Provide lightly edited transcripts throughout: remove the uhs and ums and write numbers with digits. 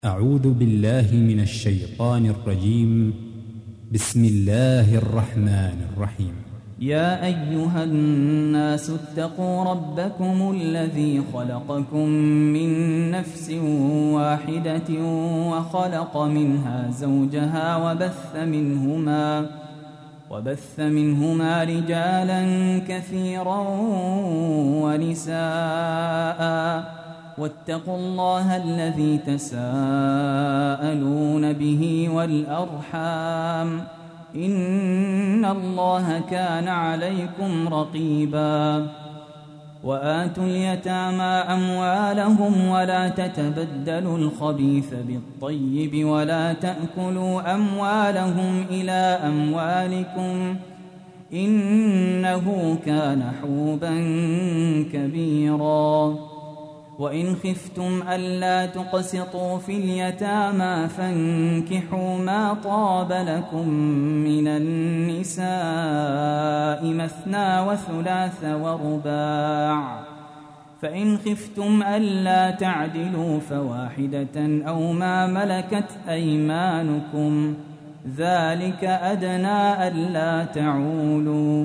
أعوذ بالله من الشيطان الرجيم. بسم الله الرحمن الرحيم. يا أيها الناس اتقوا ربكم الذي خلقكم من نفس واحدة وخلق منها زوجها وبث منهما رجالا كثيرا ونساء واتقوا الله الذي تساءلون به والأرحام إن الله كان عليكم رقيبا. وآتوا اليتامى أموالهم ولا تتبدلوا الخبيث بالطيب ولا تأكلوا أموالهم إلى أموالكم إنه كان حوبا كبيرا. وإن خفتم ألا تقسطوا في اليتامى فانكحوا ما طاب لكم من النساء مثنى وثلاث ورباع، فإن خفتم ألا تعدلوا فواحدة أو ما ملكت أيمانكم ذلك أدنى ألا تعولوا.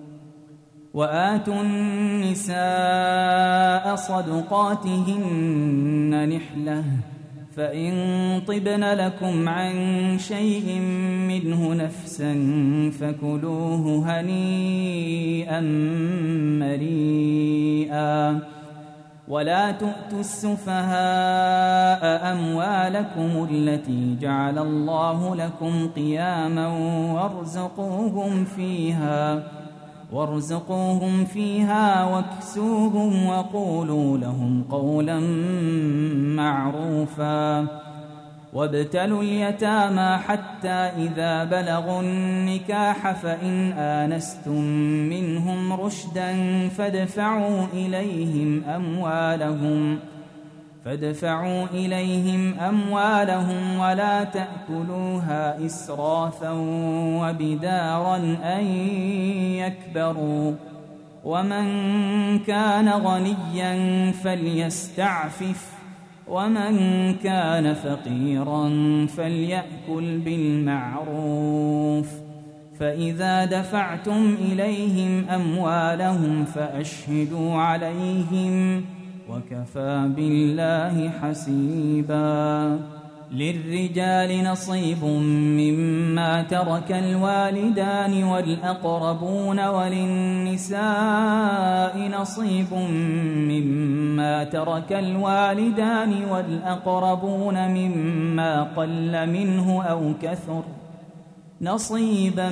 وآتوا النساء صدقاتهن نحلة فإن طبن لكم عن شيء منه نفسا فكلوه هنيئا مريئا. ولا تؤتوا السفهاء أموالكم التي جعل الله لكم قياما وارزقوهم فيها واكسوهم وقولوا لهم قولا معروفا. وابتلوا اليتامى حتى إذا بلغوا النكاح فإن آنستم منهم رشدا فادفعوا إليهم أموالهم ولا تأكلوها إسرافا وبدارا أن يكبروا. ومن كان غنيا فليستعفف ومن كان فقيرا فليأكل بالمعروف. فإذا دفعتم إليهم أموالهم فأشهدوا عليهم وكفى بالله حسيبا. للرجال نصيب مما ترك الوالدان والأقربون وللنساء نصيب مما ترك الوالدان والأقربون مما قل منه أو كثر نصيبا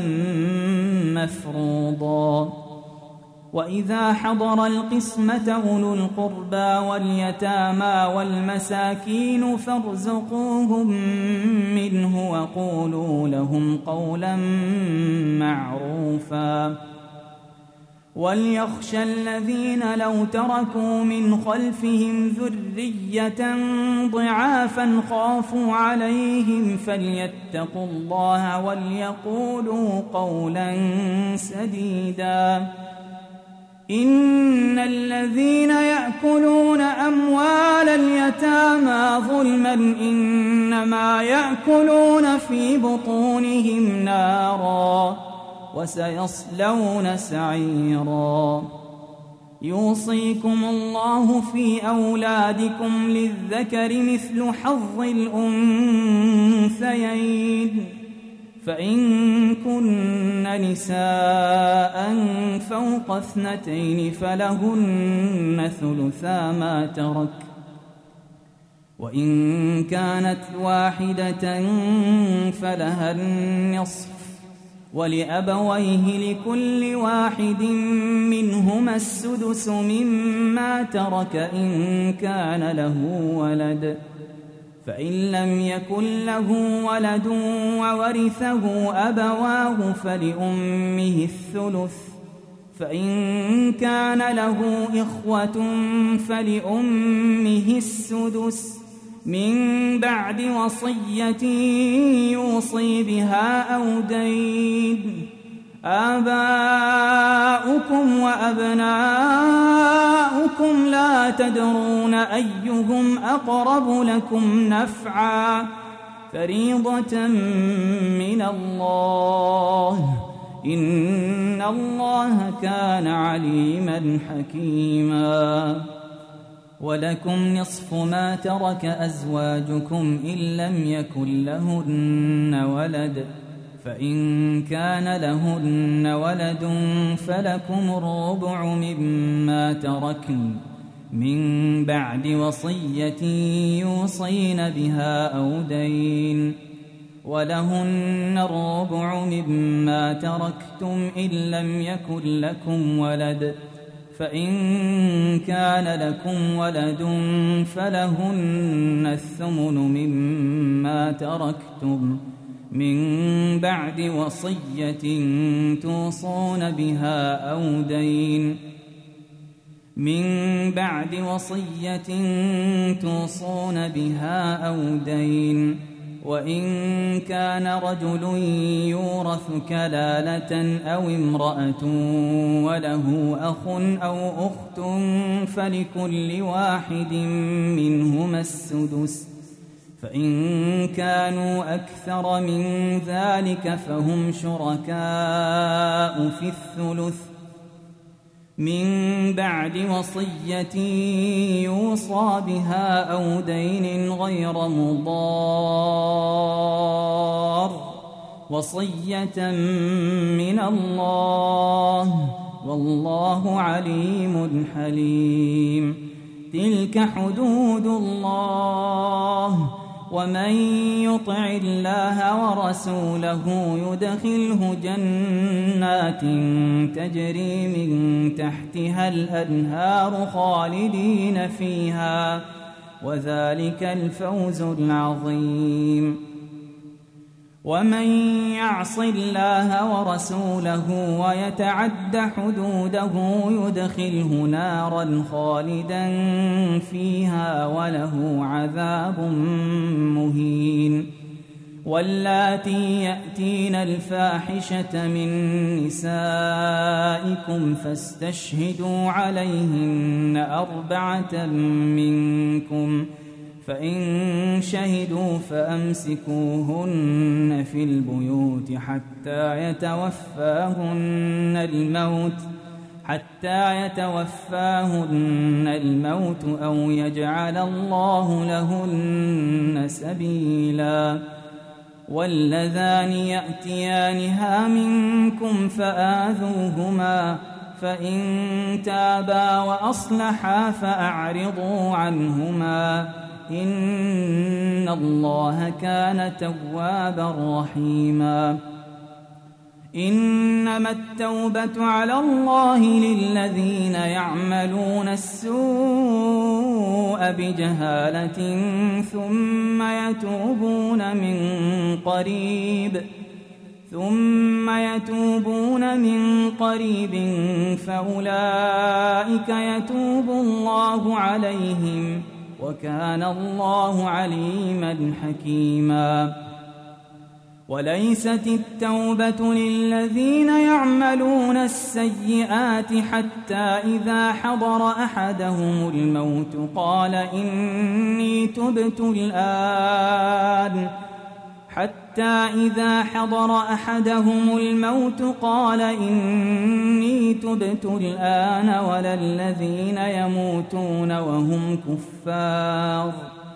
مفروضا. وإذا حضر القسمة أولو القربى واليتامى والمساكين فارزقوهم منه وقولوا لهم قولا معروفا. وليخشى الذين لو تركوا من خلفهم ذرية ضعافا خافوا عليهم فليتقوا الله وليقولوا قولا سديدا. إن الذين يأكلون أموال اليتامى ظلما إنما يأكلون في بطونهم نارا وسيصلون سعيرا. يوصيكم الله في أولادكم للذكر مثل حظ الأنثيين فإن كن نساء فوق 2 فلهن ثلثا ما ترك، وإن كانت واحدة فلها النصف، ولأبويه لكل واحد منهما السدس مما ترك إن كان له ولد، فإن لم يكن له ولد وورثه أبواه فلأمه الثلث، فإن كان له إخوة فلأمه السدس من بعد وصية يوصي بها أو دين. آباؤكم وأبناؤكم لا تدرون أيهم أقرب لكم نفعا فريضة من الله إن الله كان عليما حكيما ولكم نصف ما ترك أزواجكم إن لم يكن لهن ولد فإن كان لهن ولد فلكم الربع مما تركن من بعد وصية يوصين بها أو دين ولهن الربع مما تركتم إن لم يكن لكم ولد فإن كان لكم ولد فلهن الثمن مما تركتم من بعد وصية توصون بها أو دين وإن كان رجل يورث كلالة أو امرأة وله أخ أو أخت فلكل واحد منهما السدس فإن كانوا أكثر من ذلك فهم شركاء في الثلث من بعد وصية يوصى بها أو دين غير مضار وصية من الله والله عليم حليم تلك حدود الله ومن يطع الله ورسوله يدخله جنات تجري من تحتها الأنهار خالدين فيها وذلك الفوز العظيم ومن يعص الله ورسوله ويتعد حدوده يدخله نارا خالدا فيها وله عذاب مهين واللاتي يأتين الفاحشة من نسائكم فاستشهدوا عليهن 4 منكم فإن شهدوا فأمسكوهن في البيوت حتى يتوفاهن الموت أو يجعل الله لهن سبيلا واللذان يأتيانها منكم فآذوهما فإن تابا وأصلحا فأعرضوا عنهما إن الله كان توابا رحيما إنما التوبة على الله للذين يعملون السوء بجهالة ثم يتوبون من قريب فأولئك يتوب الله عليهم وكان الله عليما حكيما وليست التوبة للذين يعملون السيئات حتى إذا حضر أحدهم الموت قال إني تبت الآن ولا الذين يموتون وهم كفار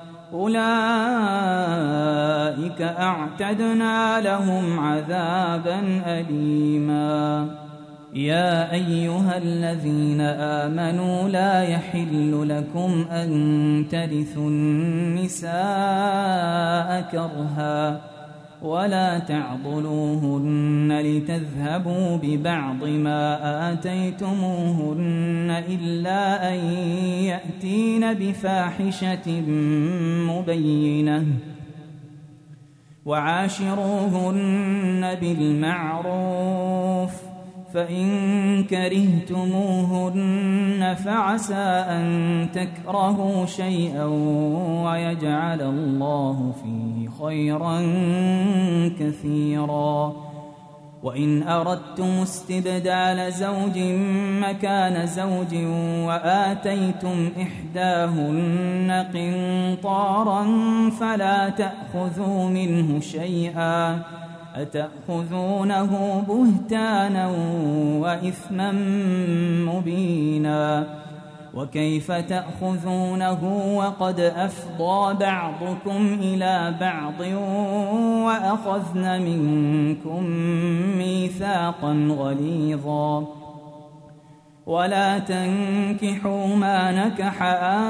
أولئك أعتدنا لهم عذابا أليما يا أيها الذين آمنوا لا يحل لكم أن ترثوا النساء كرها ولا تعضلوهن لتذهبوا ببعض ما آتيتموهن إلا أن يأتين بفاحشة مبينة وعاشروهن بالمعروف فإن كرهتموهن فعسى أن تكرهوا شيئا ويجعل الله فيه خيرا كثيرا وإن أردتم استبدال زوج مكان زوج وآتيتم إحداهن قنطارا فلا تأخذوا منه شيئا أتأخذونه بهتانا وإثما مبينا وكيف تأخذونه وقد أفضى بعضكم إلى بعض وأخذن منكم ميثاقا غليظا ولا تنكحوا ما نكح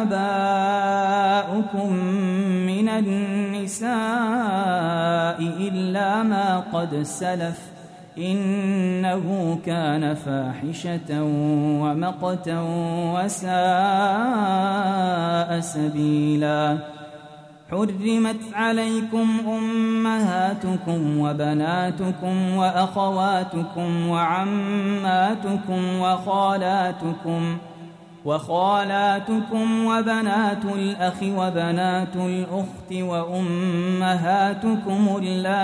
آباؤكم من النساء إلا ما قد سلف إنه كان فاحشة ومقتا وساء سبيلا حرمت عليكم أمهاتكم وبناتكم وأخواتكم وعماتكم وخالاتكم وبنات الأخ وبنات الأخت وأمهاتكم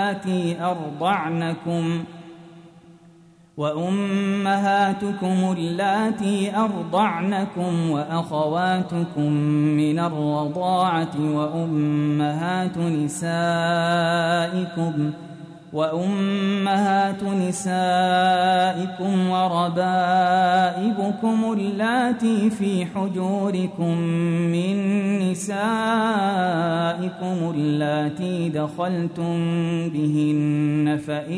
اللاتي أرضعنكم وأخواتكم من الرضاعة وأمهات نسائكم وربائبكم اللاتي في حجوركم من نسائكم اللاتي دخلتم بهن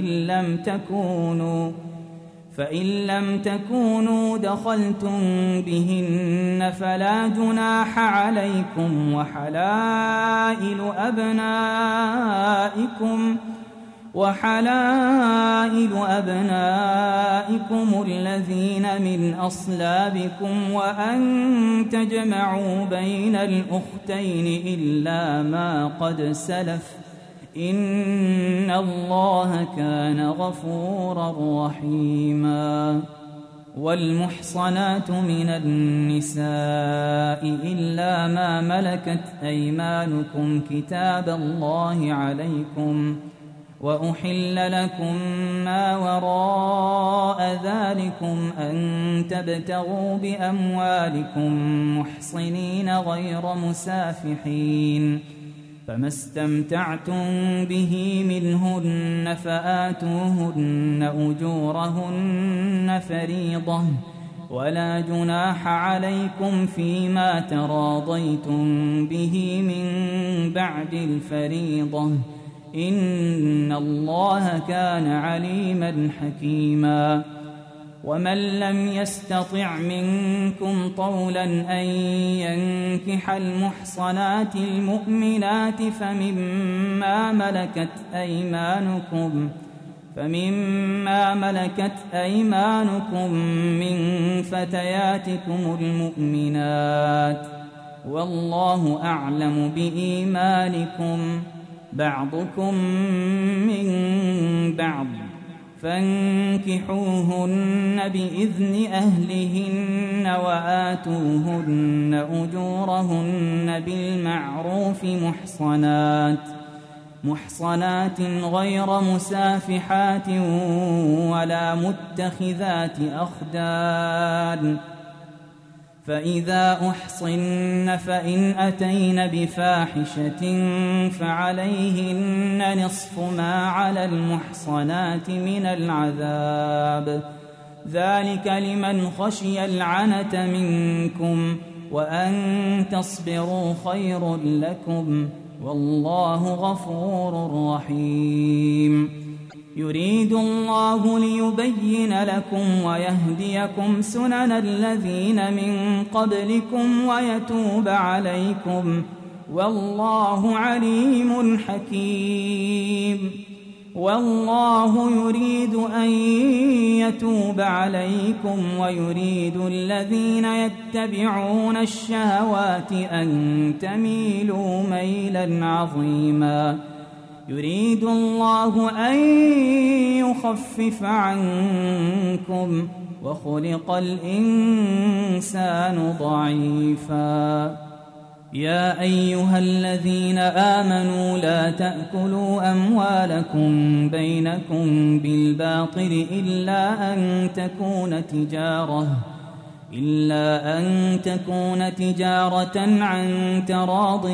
فإن لم تكونوا دخلتم بهن فلا جناح عليكم وحلائل أبنائكم الذين من أصلابكم وأن تجمعوا بين الأختين إلا ما قد سلف إن الله كان غفورا رحيما والمحصنات من النساء إلا ما ملكت أيمانكم كتاب الله عليكم وأحل لكم ما وراء ذلكم أن تبتغوا بأموالكم محصنين غير مسافحين فما استمتعتم به منهن فآتوهن أجورهن فريضة ولا جناح عليكم فيما تراضيتم به من بعد الفريضة إن الله كان عليما حكيما ومن لم يستطع منكم طولا أن ينكح المحصنات المؤمنات فمما ملكت أيمانكم من فتياتكم المؤمنات والله أعلم بإيمانكم بعضكم من بعض فانكحوهن بإذن أهلهن وآتوهن أجورهن بالمعروف محصنات غير مسافحات ولا متخذات أخدان فإذا أحصن فإن أتين بفاحشة فعليهن نصف ما على المحصنات من العذاب ذلك لمن خشي العنة منكم وأن تصبروا خير لكم والله غفور رحيم يريد الله ليبين لكم ويهديكم سنن الذين من قبلكم ويتوب عليكم والله عليم حكيم والله يريد أن يتوب عليكم ويريد الذين يتبعون الشهوات أن تميلوا ميلا عظيما يريد الله أن يخفف عنكم وخلق الإنسان ضعيفا يا أيها الذين آمنوا لا تأكلوا أموالكم بينكم بالباطل إلا أن تكون تجارة عن تراض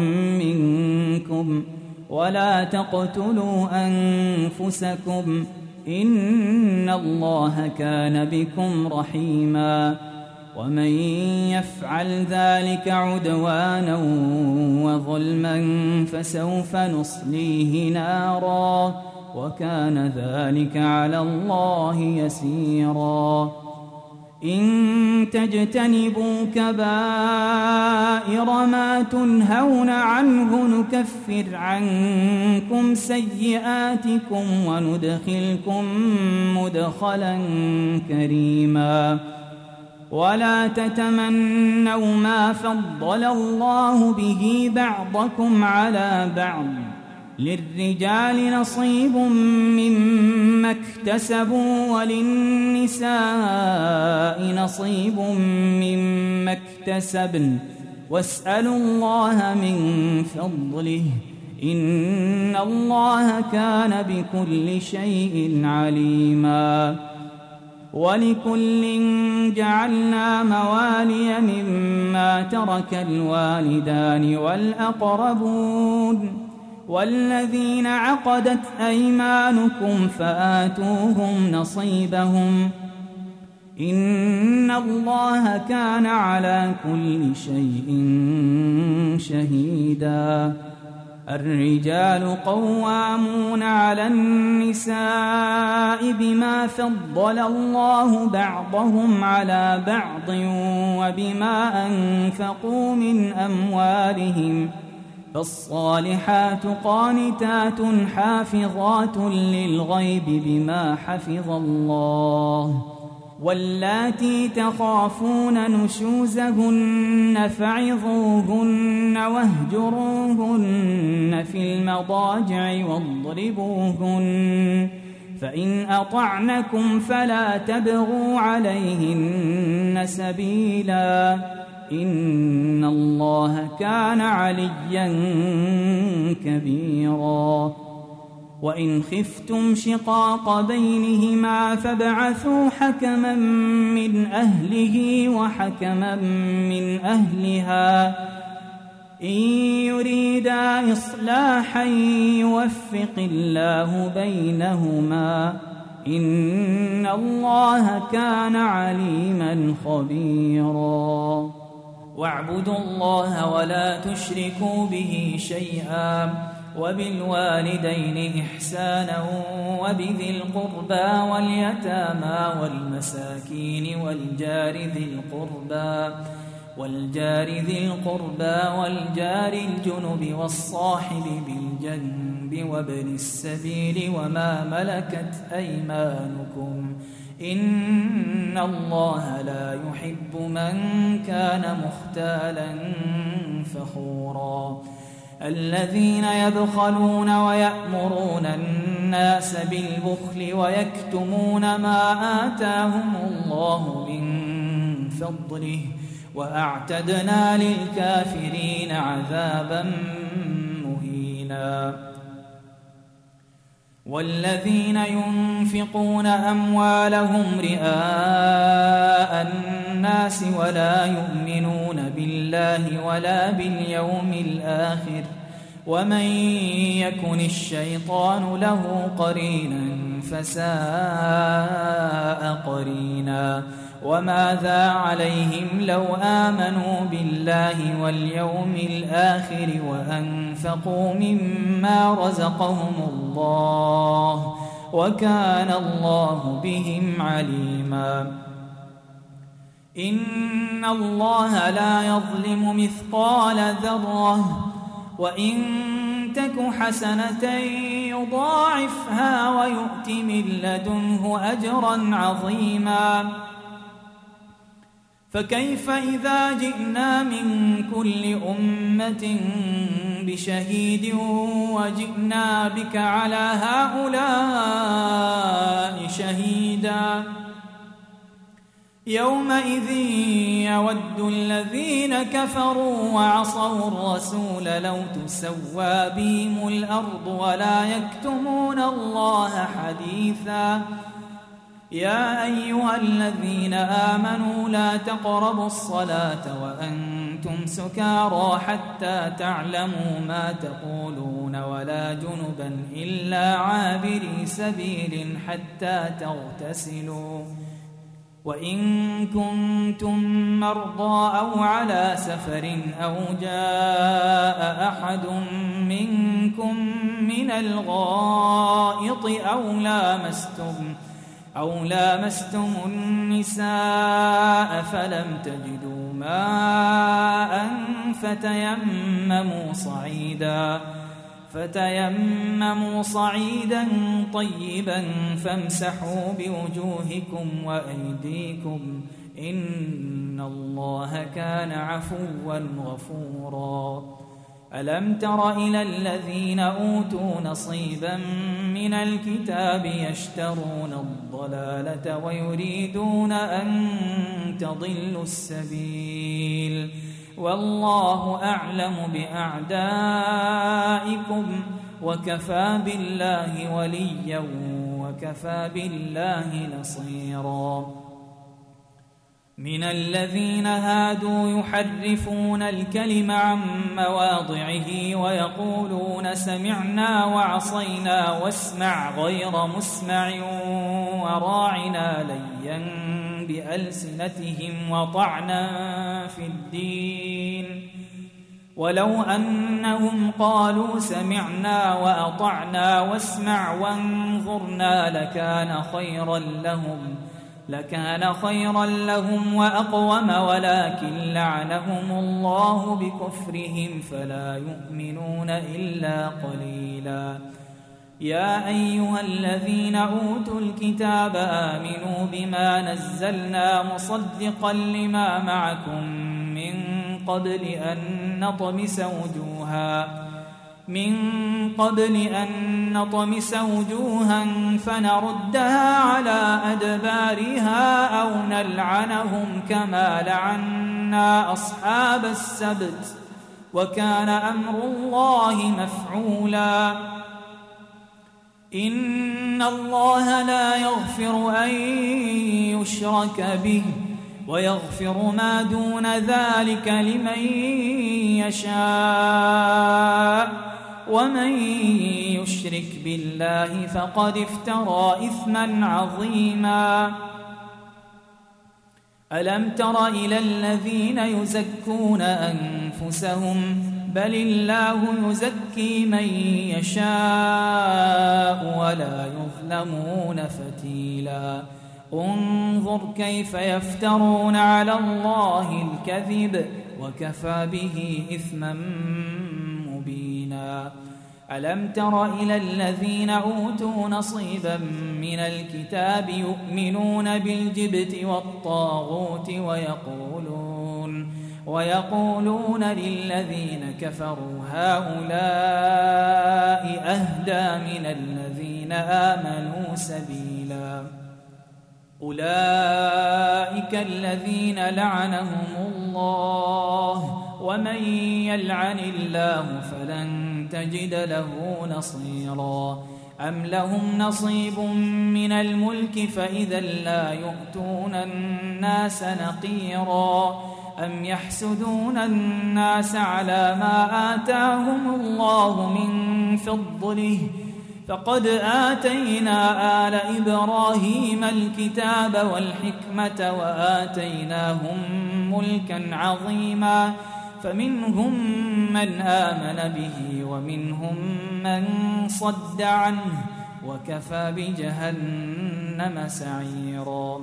منكم ولا تقتلوا أنفسكم إن الله كان بكم رحيما ومن يفعل ذلك عدوانا وظلما فسوف نصليه نارا وكان ذلك على الله يسيرا إن تجتنبوا كبائر ما تنهون عنه نكفر عنكم سيئاتكم وندخلكم مدخلا كريما ولا تتمنوا ما فضل الله به بعضكم على بعض للرجال نصيب مما اكتسبوا وللنساء نصيب مما اكتسبن واسألوا الله من فضله إن الله كان بكل شيء عليما ولكل جعلنا موالي مما ترك الوالدان والأقربون والذين عقدت أيمانكم فآتوهم نصيبهم إن الله كان على كل شيء شهيدا الرجال قوامون على النساء بما فضل الله بعضهم على بعض وبما أنفقوا من أموالهم فالصالحات قانتات حافظات للغيب بما حفظ الله واللاتي تخافون نشوزهن فعظوهن واهجروهن في المضاجع واضربوهن فإن أطعنكم فلا تبغوا عليهن سبيلا إن الله كان عليا كبيرا وإن خفتم شقاق بينهما فابعثوا حكما من أهله وحكما من أهلها إن يريدا إصلاحا يوفق الله بينهما إن الله كان عليما خبيرا واعبدوا الله ولا تشركوا به شيئا وبالوالدين إحسانا وبذي القربى واليتامى والمساكين والجار ذي القربى والجار الجنب والصاحب بالجنب وابن السبيل وما ملكت أيمانكم إن الله لا يحب من كان مختالا فخورا الذين يبخلون ويأمرون الناس بالبخل ويكتمون ما آتاهم الله من فضله وأعتدنا للكافرين عذابا مهينا والذين ينفقون أموالهم رئاء الناس ولا يؤمنون بالله ولا باليوم الآخر ومن يكن الشيطان له قرينا فساء قرينا وماذا عليهم لو آمنوا بالله واليوم الآخر وأنفقوا مما رزقهم الله وكان الله بهم عليما إن الله لا يظلم مثقال ذرة وإن تك حسنة يضاعفها ويؤت من لدنه أجرا عظيما فكيف إذا جئنا من كل أمة بشهيد وجئنا بك على هؤلاء شهيدا يومئذ يود الذين كفروا وعصوا الرسول لو تسوى بهم الأرض ولا يكتمون الله حديثا يا أيها الذين آمنوا لا تقربوا الصلاة وأنتم سكارى حتى تعلموا ما تقولون ولا جنبا إلا عابري سبيل حتى تغتسلوا وإن كنتم مرضى أو على سفر أو جاء أحد منكم من الغائط أو لامستم النساء فلم تجدوا ماء فتيمموا صعيدا طيبا فامسحوا بوجوهكم وأيديكم إن الله كان عفوا غفورا ألم تر إلى الذين أوتوا نصيبا من الكتاب يشترون الضلالة ويريدون أن تضلوا السبيل والله أعلم بأعدائكم وكفى بالله وليا وكفى بالله نصيرا من الذين هادوا يحرفون الكلم عن مواضعه ويقولون سمعنا وعصينا واسمع غير مسمع وراعنا ليا بألسنتهم وطعنا في الدين ولو أنهم قالوا سمعنا وأطعنا واسمع وانظرنا لكان خيرا لهم وأقوم ولكن لعنهم الله بكفرهم فلا يؤمنون إلا قليلا يا أيها الذين أوتوا الكتاب آمنوا بما نزلنا مصدقا لما معكم من قبل أن نطمس وجوها فنردها على أدبارها أو نلعنهم كما لعنا أصحاب السبت وكان أمر الله مفعولا إن الله لا يغفر أن يشرك به ويغفر ما دون ذلك لمن يشاء ومن يشرك بالله فقد افترى إثما عظيما ألم تر إلى الذين يزكون أنفسهم بل الله يزكي من يشاء ولا يظلمون فتيلا انظر كيف يفترون على الله الكذب وكفى به إثما مبينا ألم تر إلى الذين أوتوا نصيبا من الكتاب يؤمنون بالجبت والطاغوت ويقولون للذين كفروا هؤلاء أهدى من الذين آمنوا سبيلا أولئك الذين لعنهم الله ومن يلعن الله فلن تجد له نصيرا أم لهم نصيب من الملك فإذا لا يؤتون الناس نقيرا أم يحسدون الناس على ما آتاهم الله من فضله فقد آتينا آل إبراهيم الكتاب والحكمة وآتيناهم ملكا عظيما فمنهم من آمن به ومنهم من صد عنه وكفى بجهنم سعيرا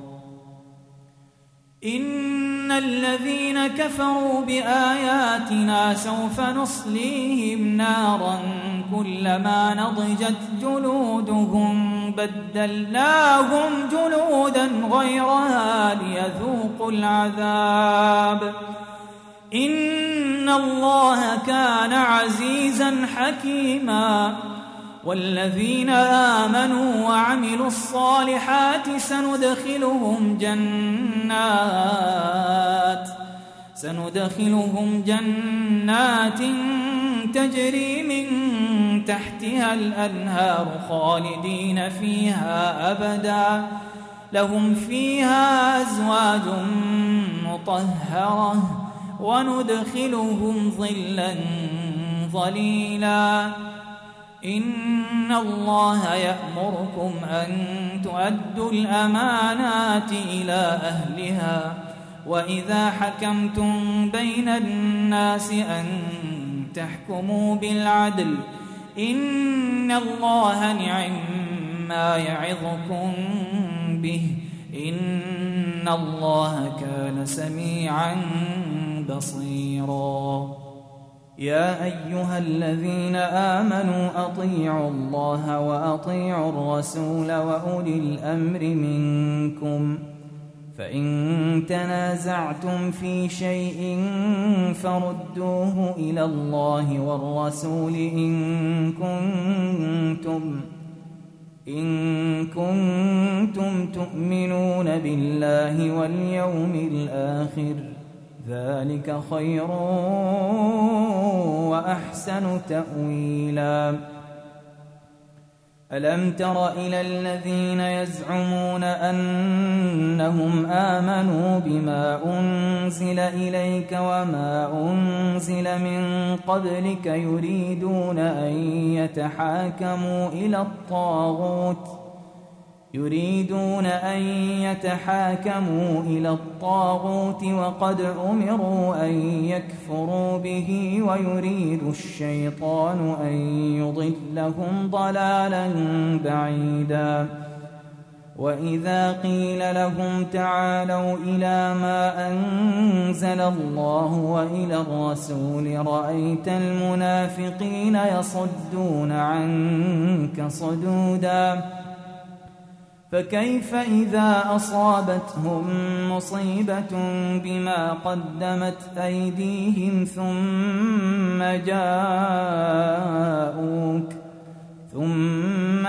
إن الذين كفروا بآياتنا سوف نصليهم نارا كلما نضجت جلودهم بدلناهم جلودا غيرها ليذوقوا العذاب إن الله كان عزيزا حكيما والذين آمنوا وعملوا الصالحات سندخلهم جنات تجري من تحتها الأنهار خالدين فيها أبدا لهم فيها أزواج مطهرة وندخلهم ظلا ظليلا إن الله يأمركم أن تؤدوا الأمانات إلى أهلها وإذا حكمتم بين الناس أن تحكموا بالعدل إن الله نعما يعظكم به إن الله كان سميعا بصيرا يا أيها الذين آمنوا أطيعوا الله وأطيعوا الرسول وأولي الأمر منكم فإن تنازعتم في شيء فردوه إلى الله والرسول إن كنتم تؤمنون بالله واليوم الآخر ذلك خير وأحسن تأويلا ألم تر إلى الذين يزعمون أنهم آمنوا بما أنزل إليك وما أنزل من قبلك يريدون أن يتحاكموا إلى الطاغوت وقد أمروا أن يكفروا به ويريد الشيطان أن يضلهم ضلالا بعيدا وإذا قيل لهم تعالوا إلى ما أنزل الله وإلى الرسول رأيت المنافقين يصدون عنك صدودا فكيف إذا أصابتهم مصيبة بما قدمت أيديهم ثم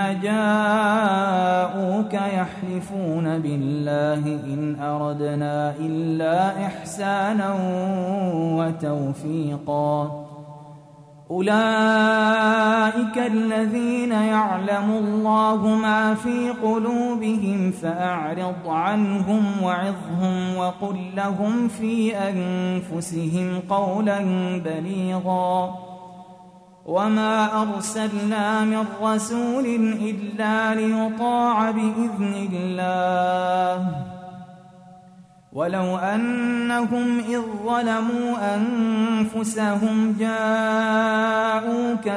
جاءوك يحلفون بالله إن أردنا إلا إحسانا وتوفيقا أولئك الذين يعلم الله ما في قلوبهم فأعرض عنهم وعظهم وقل لهم في أنفسهم قولا بليغا وما أرسلنا من رسول إلا ليطاع بإذن الله ولو أنهم إذ ظلموا أنفسهم جاءوك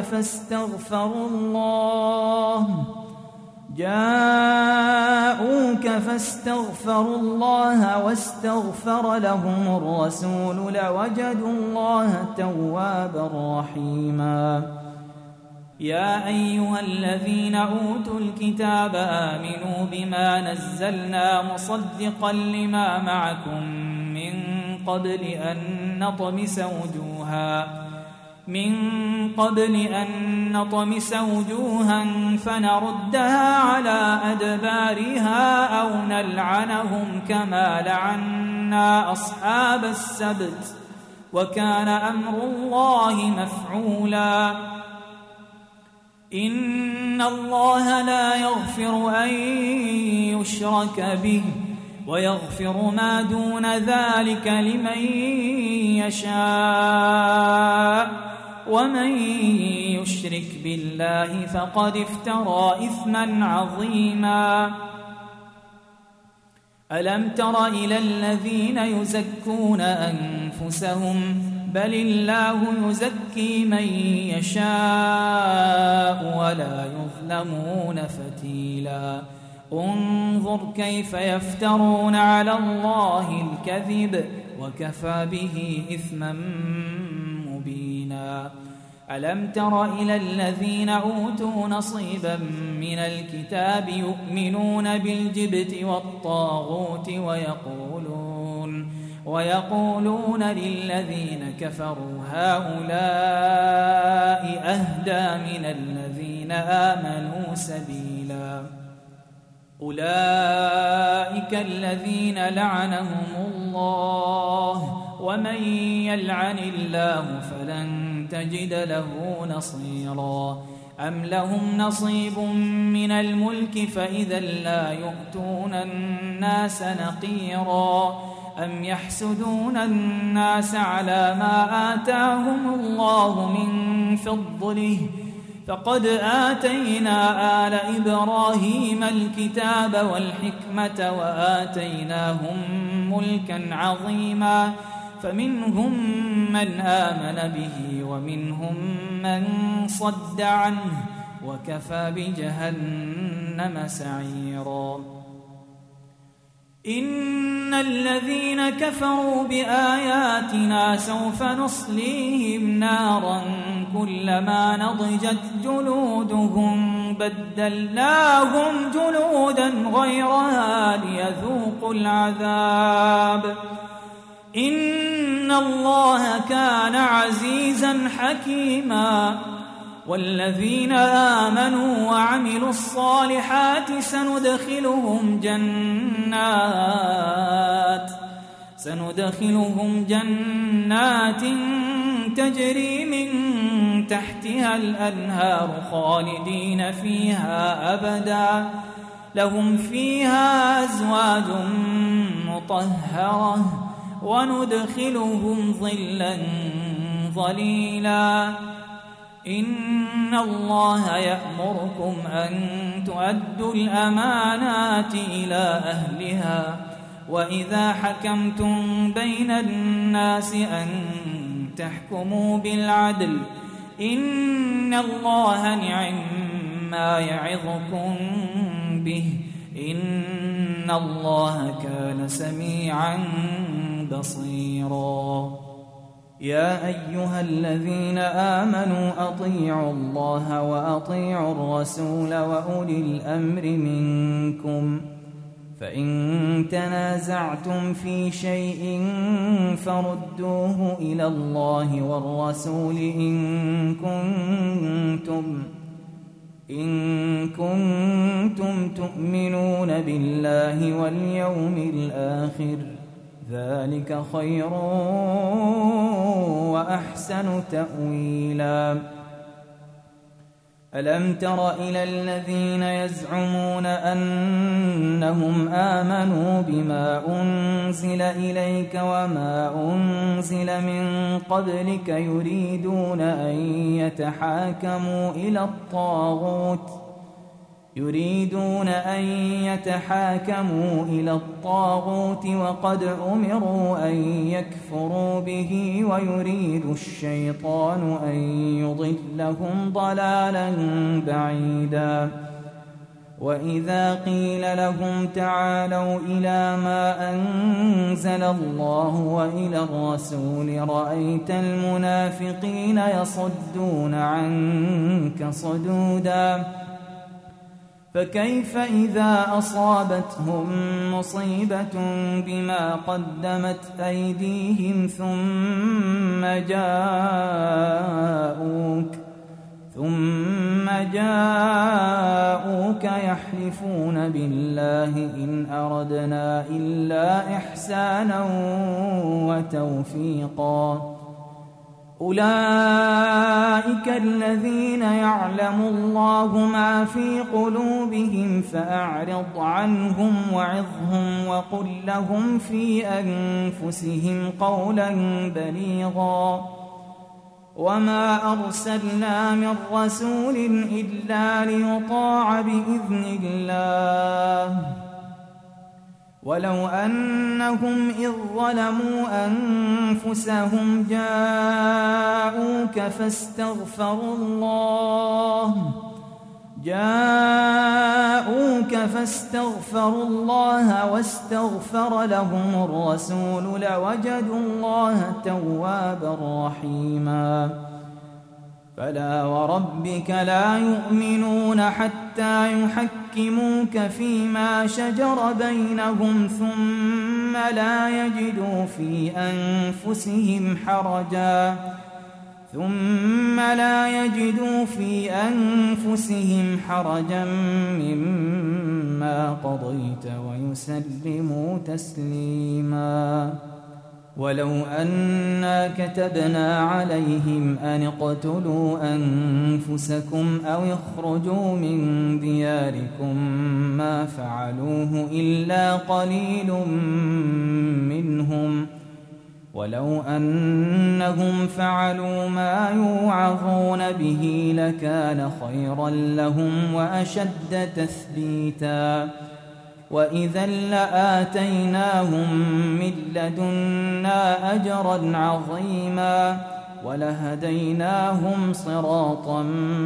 فاستغفروا الله واستغفر لهم الرسول لوجدوا الله توابا رحيما يا أيها الذين أوتوا الكتاب آمنوا بما نزلنا مصدقا لما معكم من قبل أن نطمس وجوها فنردها على أدبارها أو نلعنهم كما لعنا أصحاب السبت وكان أمر الله مفعولا إن الله لا يغفر أن يشرك به ويغفر ما دون ذلك لمن يشاء ومن يشرك بالله فقد افترى إثما عظيما ألم تر إلى الذين يزكون أنفسهم بل الله يزكي من يشاء ولا يظلمون فتيلا انظر كيف يفترون على الله الكذب وكفى به إثما مبينا ألم تر إلى الذين أوتوا نصيبا من الكتاب يؤمنون بالجبت والطاغوت ويقولون للذين كفروا هؤلاء أهدى من الذين الذين آمنوا سبيلا أولئك الذين لعنهم الله ومن يلعن الله فلن تجد له نصيرا أم لهم نصيب من الملك فإذا لا يؤتون الناس نقيرا أم يحسدون الناس على ما آتاهم الله من فضله فقد آتينا آل إبراهيم الكتاب والحكمة وآتيناهم ملكا عظيما فمنهم من آمن به ومنهم من صد عنه وكفى بجهنم سعيرا إن الذين كفروا بآياتنا سوف نصليهم نارا كلما نضجت جلودهم بدلناهم جلودا غيرها ليذوقوا العذاب إن الله كان عزيزا حكيما والذين آمنوا وعملوا الصالحات سندخلهم جنات تجري من تحتها الأنهار خالدين فيها أبدا لهم فيها أزواج مطهرة وندخلهم ظلا ظليلا إن الله يأمركم أن تؤدوا الأمانات إلى أهلها وإذا حكمتم بين الناس أن تحكموا بالعدل إن الله نعما يعظكم به إن الله كان سميعا بصيرا يا أيها الذين آمنوا أطيعوا الله وأطيعوا الرسول وأولي الأمر منكم فإن تنازعتم في شيء فردوه إلى الله والرسول إن كنتم تؤمنون بالله واليوم الآخر ذلك خير وأحسن تأويلا ألم تر إلى الذين يزعمون أنهم آمنوا بما أنزل إليك وما أنزل من قبلك يريدون أن يتحاكموا إلى الطاغوت وقد أمروا أن يكفروا به ويريد الشيطان أن يضلهم ضلالا بعيدا وإذا قيل لهم تعالوا إلى ما أنزل الله وإلى الرسول رأيت المنافقين يصدون عنك صدودا فكيف إذا أصابتهم مصيبة بما قدمت أيديهم ثم جاءوك يحلفون بالله إن أردنا إلا إحسانا وتوفيقا أولئك الذين يعلم الله ما في قلوبهم فأعرض عنهم وعظهم وقل لهم في أنفسهم قولا بليغا وما أرسلنا من رسول إلا ليطاع بإذن الله ولو أنهم إذ ظلموا أنفسهم جاءوك فاستغفروا الله واستغفر لهم الرسول لوجدوا الله توابا رحيما فلا وربك لا يؤمنون حتى يحكموك فيما شجر بينهم ثم لا يجدوا في أنفسهم ثم لا يجدوا في أنفسهم حرجا مما قضيت ويسلموا تسليما. ولو أنا كتبنا عليهم أن اقتلوا أنفسكم أو اخرجوا من دياركم ما فعلوه إلا قليل منهم، ولو أنهم فعلوا ما يوعظون به لكان خيرا لهم وأشد تثبيتا، وإذا لآتيناهم من لدنا أجرا عظيما ولهديناهم صراطا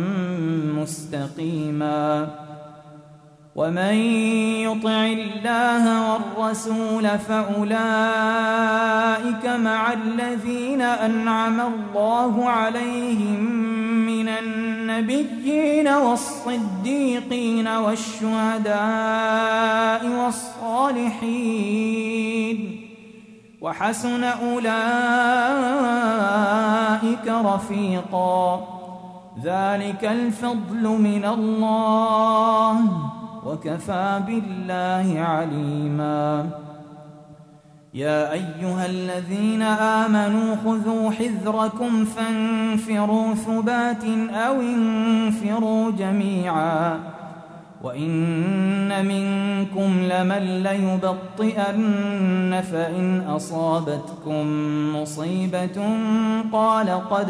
مستقيما. ومن يطع الله والرسول فأولئك مع الذين أنعم الله عليهم من النبيين والصديقين والشهداء والصالحين، وحسن أولئك رفيقا. ذلك الفضل من الله وكفى بالله عليما. يا أيها الذين آمنوا خذوا حذركم فانفروا ثبات أو انفروا جميعا، وإن منكم لمن ليبطئن فإن أصابتكم مصيبة قال قد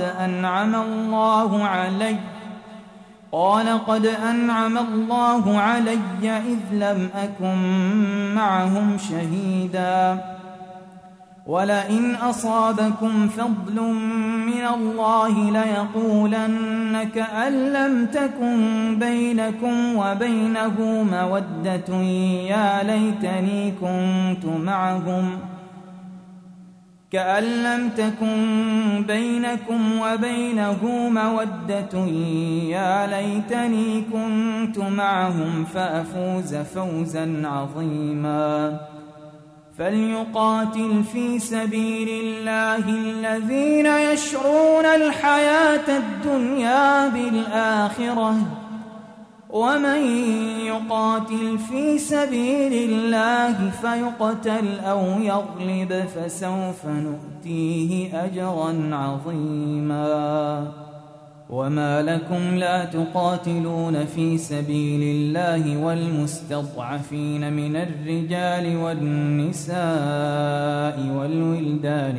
أنعم الله علي إذ لم أكن معهم شهيدا، ولئن أصابكم فضل من الله ليقولن كأن لم تكن بينكم وبينه مودة يا ليتني كنت معهم، كأن لم تكن بينكم وبينه مودة يا ليتني كنت معهم فأفوز فوزا عظيما. فليقاتل في سبيل الله الذين يشرون الحياة الدنيا بالآخرة، ومن يقاتل في سبيل الله فيقتل أو يغلب فسوف نؤتيه أجرا عظيما. وما لكم لا تقاتلون في سبيل الله والمستضعفين من الرجال والنساء والولدان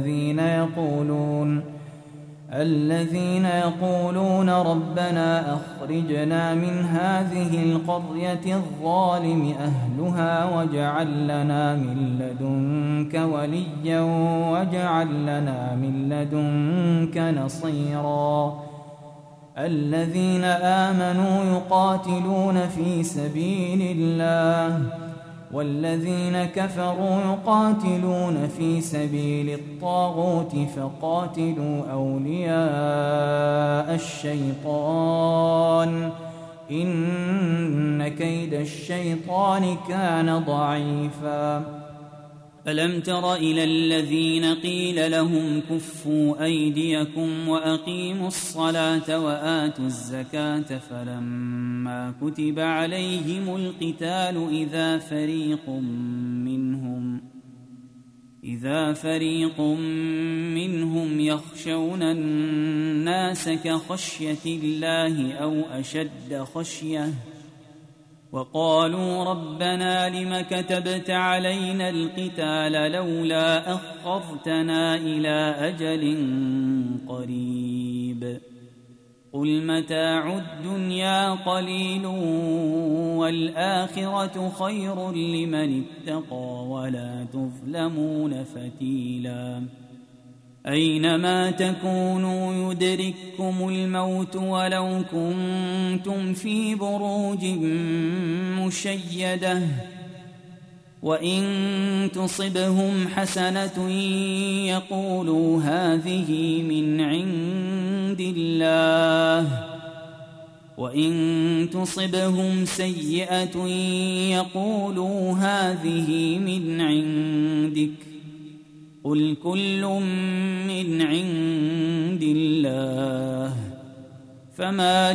الذين يقولون ربنا أخرجنا من هذه القرية الظالم أهلها واجعل لنا من لدنك وليا واجعل لنا من لدنك نصيرا. الذين آمنوا يقاتلون في سبيل الله والذين كفروا يقاتلون في سبيل الطاغوت فقاتلوا أولياء الشيطان إن كيد الشيطان كان ضعيفا. ألم تر إلى الذين قيل لهم كفوا أيديكم وأقيموا الصلاة وآتوا الزكاة فلما كتب عليهم القتال إذا فريق منهم يخشون الناس كخشية الله أو أشد خشية وقالوا ربنا لم كتبت علينا القتال لولا أخرتنا إلى أجل قريب قل متاع الدنيا قليل والآخرة خير لمن اتقى ولا تظلمون فتيلا. أينما تكونوا يدرككم الموت ولو كنتم في بروج مشيدة وإن تصبهم حسنة يقولوا هذه من عند الله وإن تصبهم سيئة يقولوا هذه من عندك قل كل من عند الله فما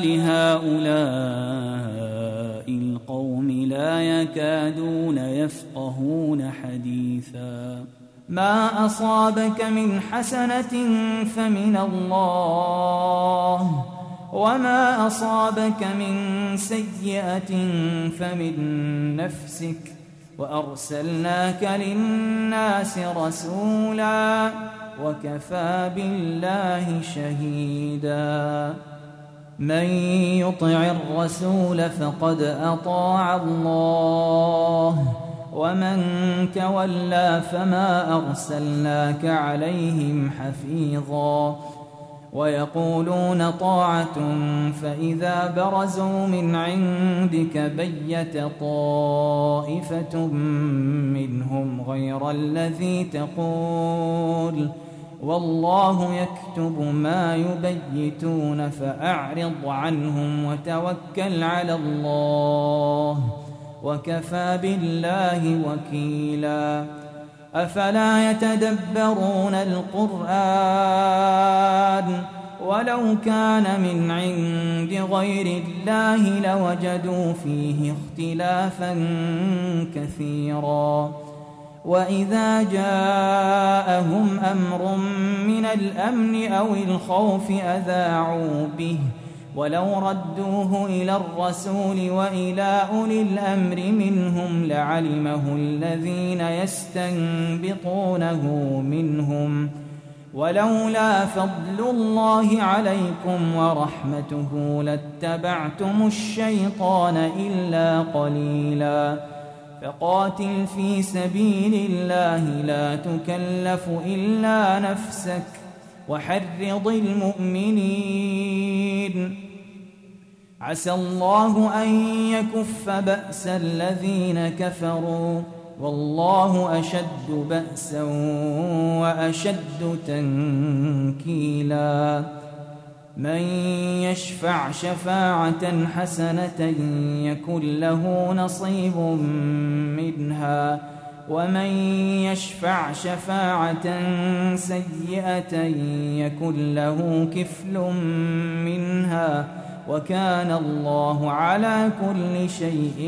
لهؤلاء القوم لا يكادون يفقهون حديثا ما أصابك من حسنة فمن الله وما أصابك من سيئة فمن نفسك وأرسلناك للناس رسولا وكفى بالله شهيدا من يطع الرسول فقد أطاع الله ومن تولى فما أرسلناك عليهم حفيظا ويقولون طاعة فإذا برزوا من عندك بيت طائفة منهم غير الذي تقول والله يكتب ما يبيتون فأعرض عنهم وتوكل على الله وكفى بالله وكيلا أفلا يتدبرون القرآن ولو كان من عند غير الله لوجدوا فيه اختلافا كثيرا وإذا جاءهم أمر من الأمن أو الخوف أذاعوا به ولو ردوه إلى الرسول وإلى أولي الأمر منهم لعلمه الذين يستنبطونه منهم ولولا فضل الله عليكم ورحمته لاتبعتم الشيطان إلا قليلا فقاتل في سبيل الله لا تكلف إلا نفسك وحرض المؤمنين عسى الله أن يكف بأس الذين كفروا والله أشد بأسا وأشد تنكيلا من يشفع شفاعة حسنة يكن له نصيب منها ومن يشفع شفاعة سيئة يكن له كفل منها وكان الله على كل شيء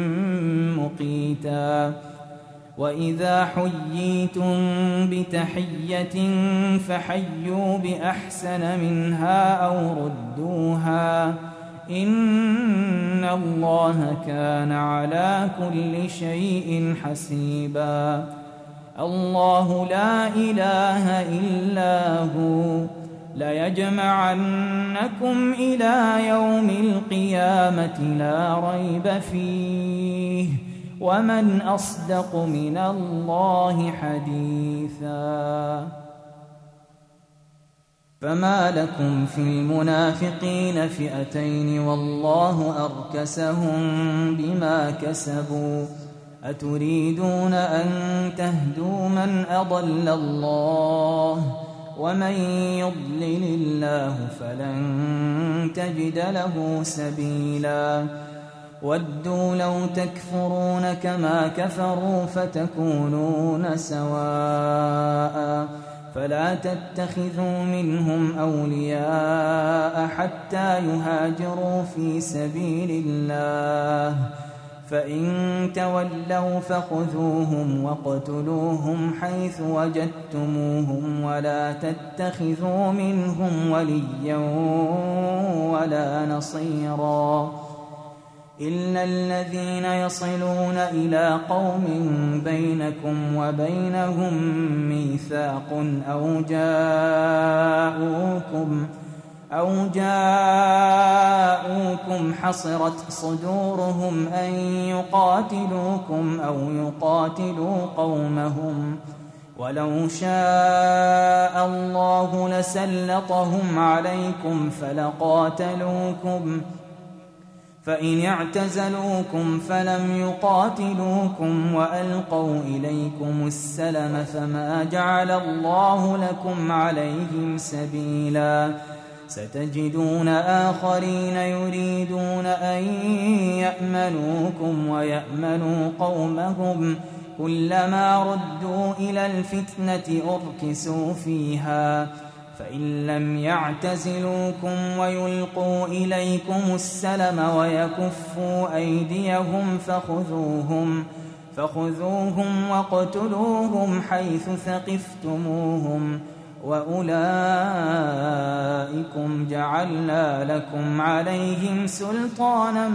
مقيتا وإذا حييتم بتحية فحيوا بأحسن منها أو ردوها إن الله كان على كل شيء حسيبا الله لا إله إلا هو ليجمعنكم إلى يوم القيامة لا ريب فيه ومن أصدق من الله حديثا فما لكم في المنافقين فئتين والله أركسهم بما كسبوا أتريدون أن تهدوا من أضل الله ومن يضلل الله فلن تجد له سبيلا ودوا لو تكفرون كما كفروا فتكونون سواء فلا تتخذوا منهم أولياء حتى يهاجروا في سبيل الله فإن تولوا فخذوهم واقتلوهم حيث وجدتموهم ولا تتخذوا منهم وليا ولا نصيرا إلا الذين يصلون إلى قوم بينكم وبينهم ميثاق أو جاءوكم حصرت صدورهم أن يقاتلوكم أو يقاتلوا قومهم ولو شاء الله لسلطهم عليكم فلقاتلوكم فإن اعتزلوكم فلم يقاتلوكم وألقوا إليكم السلم فما جعل الله لكم عليهم سبيلا ستجدون آخرين يريدون أن يأمنوكم ويأمنوا قومهم كلما ردوا إلى الفتنة أركسوا فيها فإن لم يعتزلوكم ويلقوا إليكم السلم ويكفوا أيديهم فخذوهم واقتلوهم حيث ثقفتموهم وأولئكم جعلنا لكم عليهم سلطانا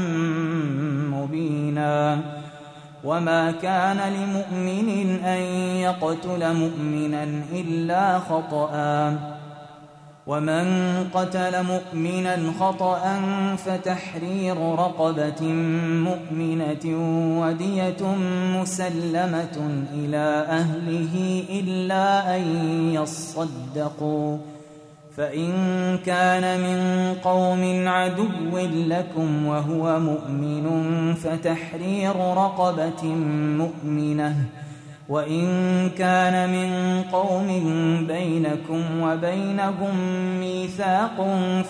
مبينا وما كان لمؤمن أن يقتل مؤمنا إلا خطأ ومن قتل مؤمنا خطأ فتحرير رقبة مؤمنة ودية مسلمة إلى أهله إلا أن يصدقوا فإن كان من قوم عدو لكم وهو مؤمن فتحرير رقبة مؤمنة وإن كان من قوم بينكم وبينهم ميثاق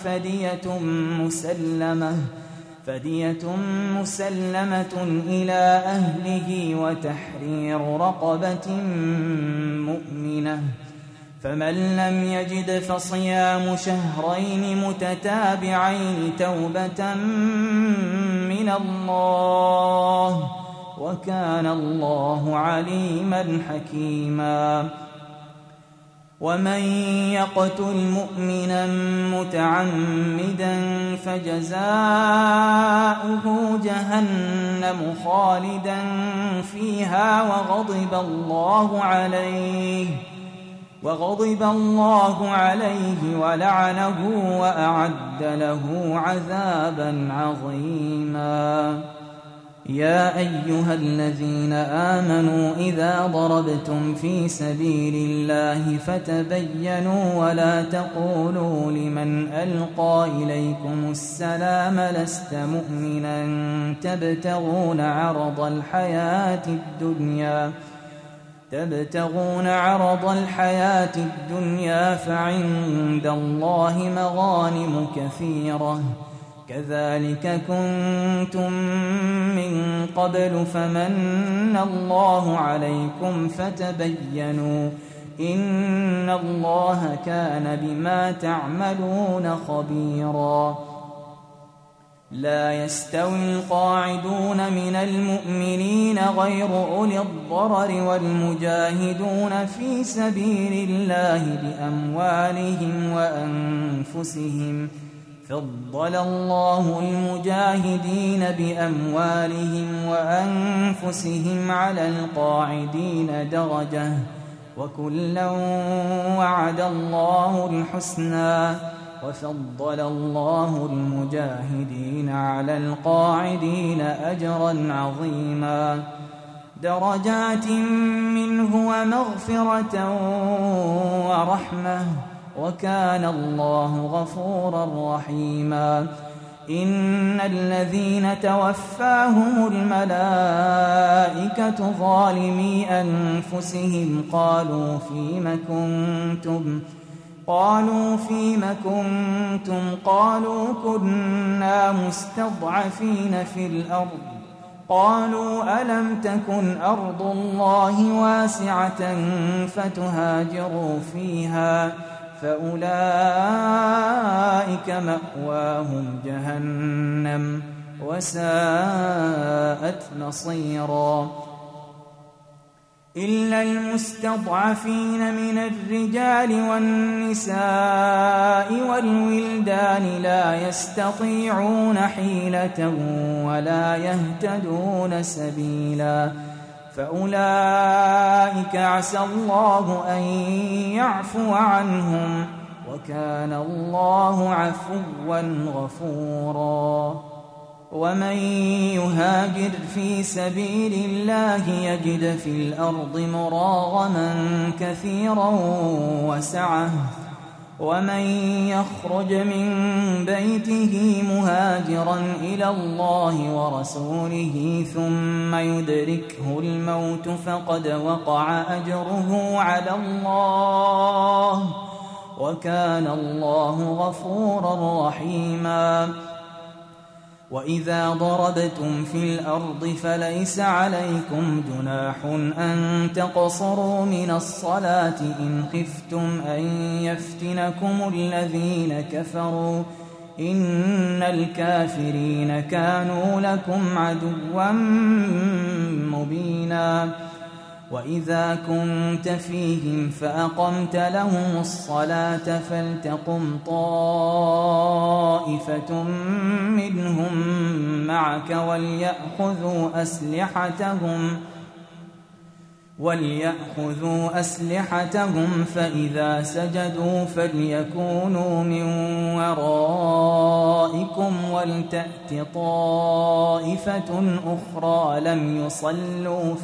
فدية مسلمة إلى أهله وتحرير رقبة مؤمنة فمن لم يجد فصيام شهرين متتابعين توبة من الله وكان الله عليما حكيما ومن يقتل مؤمنا متعمدا فجزاؤه جهنم خالدا فيها وغضب الله عليه ولعنه وأعد له عذابا عظيما يا أيها الذين آمنوا إذا ضربتم في سبيل الله فتبينوا ولا تقولوا لمن ألقى إليكم السلام لست مؤمنا تبتغون عرض الحياة الدنيا فعند الله مغانم كثيرة كذلك كنتم من قبل فمن الله عليكم فتبينوا إن الله كان بما تعملون خبيرا لا يستوي القاعدون من المؤمنين غير أولي الضرر والمجاهدون في سبيل الله بأموالهم وأنفسهم فضل الله المجاهدين بأموالهم وأنفسهم على القاعدين درجة وكلا وعد الله الحسنى وفضل الله المجاهدين على القاعدين أجرا عظيما درجات منه ومغفرة ورحمة وكان الله غفورا رحيما إن الذين توفاهم الملائكة ظالمي أنفسهم قالوا فيم كنتم قالوا كنا مستضعفين في الأرض قالوا ألم تكن أرض الله واسعة فتهاجروا فيها فأولئك مأواهم جهنم وساءت مصيرا إلا المستضعفين من الرجال والنساء والولدان لا يستطيعون حيلة ولا يهتدون سبيلا فأولئك عسى الله أن يعفو عنهم وكان الله عفوا غفورا ومن يهاجر في سبيل الله يجد في الأرض مراغما كثيرا وسعة ومن يخرج من بيته مهاجرا إلى الله ورسوله ثم يدركه الموت فقد وقع أجره على الله وكان الله غفورا رحيما وإذا ضربتم في الأرض فليس عليكم جناح أن تقصروا من الصلاة إن خفتم أن يفتنكم الذين كفروا إن الكافرين كانوا لكم عدوا مبينا وإذا كنت فيهم فأقمت لهم الصلاة فلتقم طائفة منهم معك وليأخذوا أسلحتهم فإذا سجدوا فليكونوا من ورائكم ولتأت طائفة أخرى لم يصلوا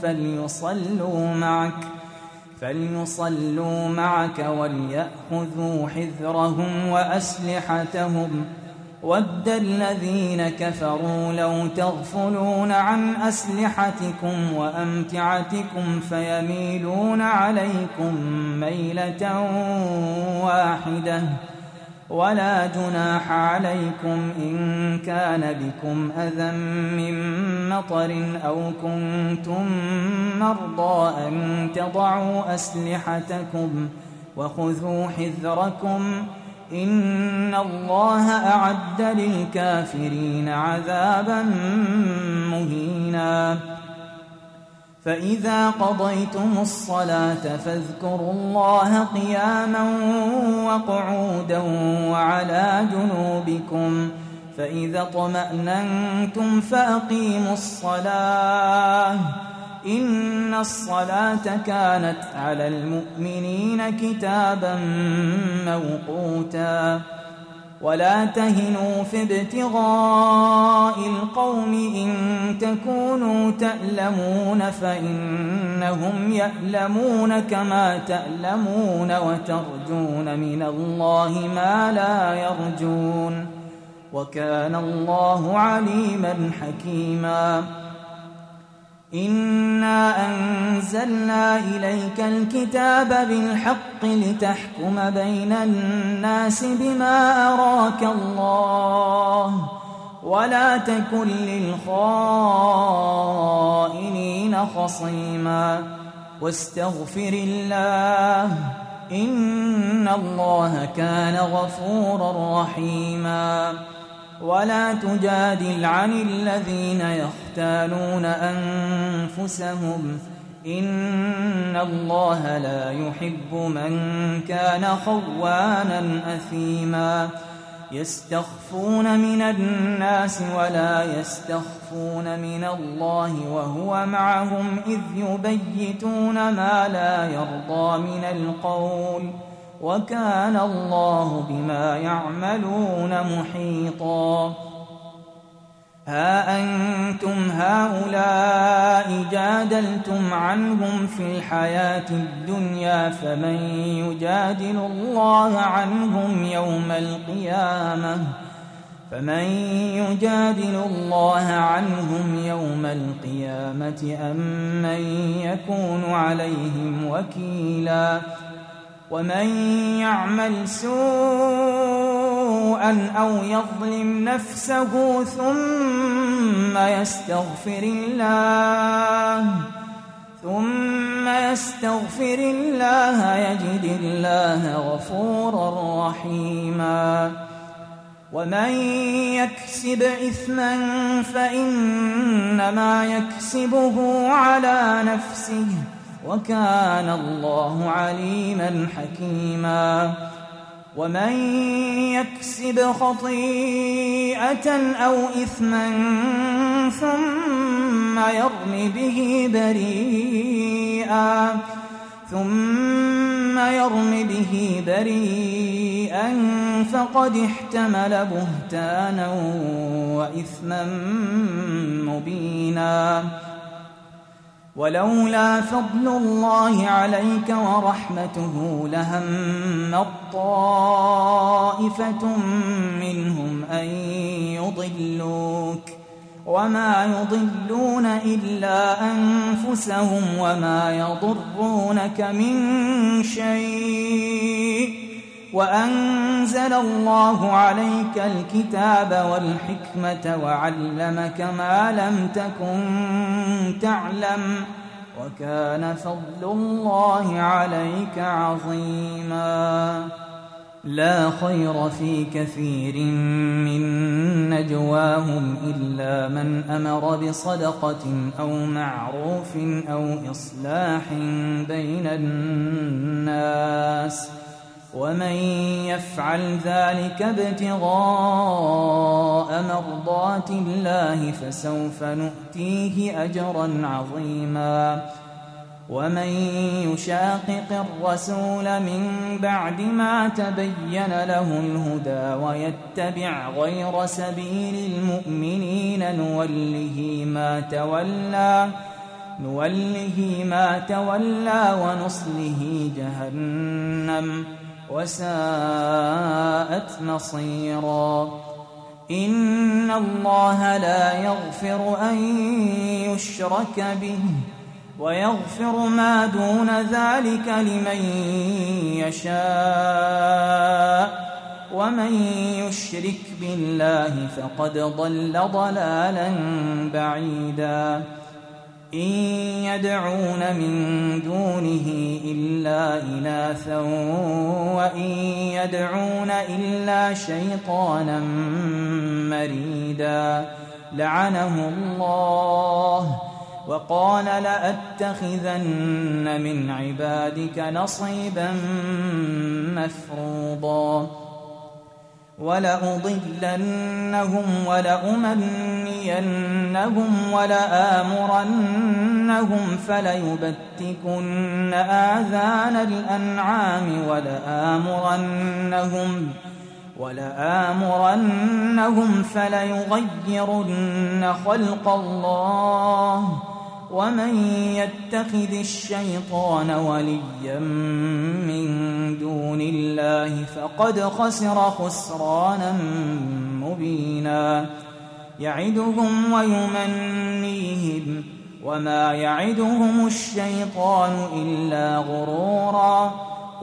فليصلوا معك وليأخذوا حذرهم وأسلحتهم ود الذين كفروا لو تغفلون عن أسلحتكم وأمتعتكم فيميلون عليكم ميلة واحدة ولا جناح عليكم إن كان بكم أذى من مطر أو كنتم مرضى أن تضعوا أسلحتكم وخذوا حذركم إن الله أعد للكافرين عذابا مهينا فإذا قضيتم الصلاة فاذكروا الله قياما وقعودا وعلى جنوبكم فإذا اطمأننتم فأقيموا الصلاة إن الصلاة كانت على المؤمنين كتابا موقوتا ولا تهنوا في ابتغاء القوم إن تكونوا تألمون فإنهم يألمون كما تألمون وترجون من الله ما لا يرجون وكان الله عليما حكيما إنا أنزلنا إليك الكتاب بالحق لتحكم بين الناس بما أراك الله ولا تكن للخائنين خصيما واستغفر الله إن الله كان غفورا رحيما ولا تجادل عن الذين يختانون أنفسهم إن الله لا يحب من كان خوانا أثيما يستخفون من الناس ولا يستخفون من الله وهو معهم إذ يبيتون ما لا يرضى من القول وكان الله بما يعملون محيطا ها أنتم هؤلاء جادلتم عنهم في الحياة الدنيا فمن يجادل الله عنهم يوم القيامة أم من يكون عليهم وكيلا ومن يعمل سوءا أو يظلم نفسه ثم يستغفر الله يجد الله غفورا رحيما ومن يكسب إثما فإنما يكسبه على نفسه وكان الله عليما حكيما ومن يكسب خطيئة أو إثما ثم يرم به بريئا فقد احتمل بهتانا وإثما مبينا ولولا فضل الله عليك ورحمته لهم طائفة منهم أن يضلوك وما يضلون إلا أنفسهم وما يضرونك من شيء وأنزل الله عليك الكتاب والحكمة وعلمك ما لم تكن تعلم وكان فضل الله عليك عظيما. لا خير في كثير من نجواهم إلا من أمر بصدقة أو معروف أو إصلاح بين الناس ومن يفعل ذلك ابتغاء مرضات الله فسوف نؤتيه أجرا عظيما. ومن يشاقق الرسول من بعد ما تبين له الهدى ويتبع غير سبيل المؤمنين نوله ما تولى ونصله جهنم وساءت مصيرا. إن الله لا يغفر أن يشرك به ويغفر ما دون ذلك لمن يشاء ومن يشرك بالله فقد ضل ضلالا بعيدا. إن يدعون من دونه إلا إناثا وإن يدعون إلا شيطانا مريدا لعنه الله وقال لأتخذن من عبادك نصيبا مفروضا. ولأضلنهم ولأمنينهم ولآمرنهم فليبتكن آذان الأنعام ولآمرنهم فليغيرن خلق الله ومن يتخذ الشيطان وليا من دون الله فقد خسر خسرانا مبينا. يعدهم ويمنيهم وما يعدهم الشيطان إلا غرورا.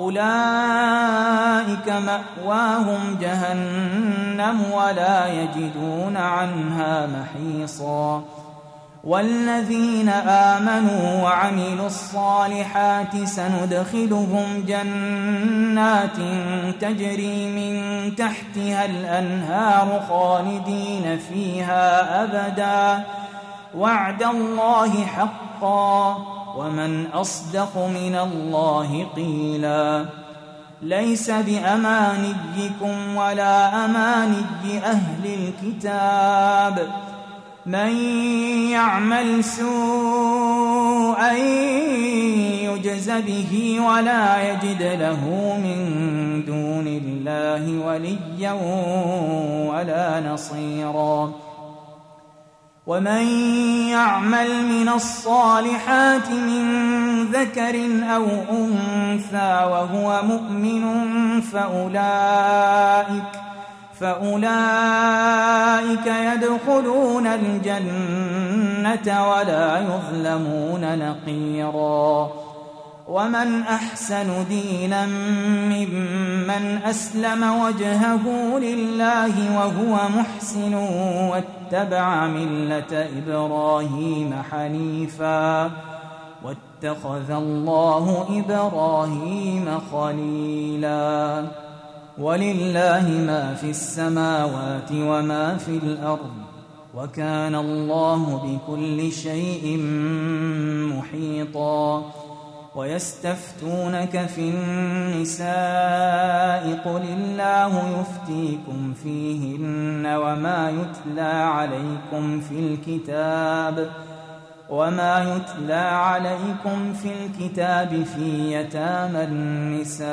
أولئك مأواهم جهنم ولا يجدون عنها محيصا. والذين آمنوا وعملوا الصالحات سندخلهم جنات تجري من تحتها الأنهار خالدين فيها أبدا وعد الله حقا ومن أصدق من الله قيلا. ليس بأمانيكم ولا أماني أهل الكتاب من يعمل سوءا يجز به ولا يجد له من دون الله وليا ولا نصيرا. ومن يعمل من الصالحات من ذكر أو أنثى وهو مؤمن فأولئك يدخلون الجنة ولا يظلمون نقيرا. ومن أحسن دينا ممن أسلم وجهه لله وهو محسن واتبع ملة إبراهيم حنيفا واتخذ الله إبراهيم خليلا. ولله ما في السماوات وما في الأرض وكان الله بكل شيء محيطا. ويستفتونك في النساء قل الله يفتيكم فيهن وما يتلى عليكم في الكتاب في يتامى النساء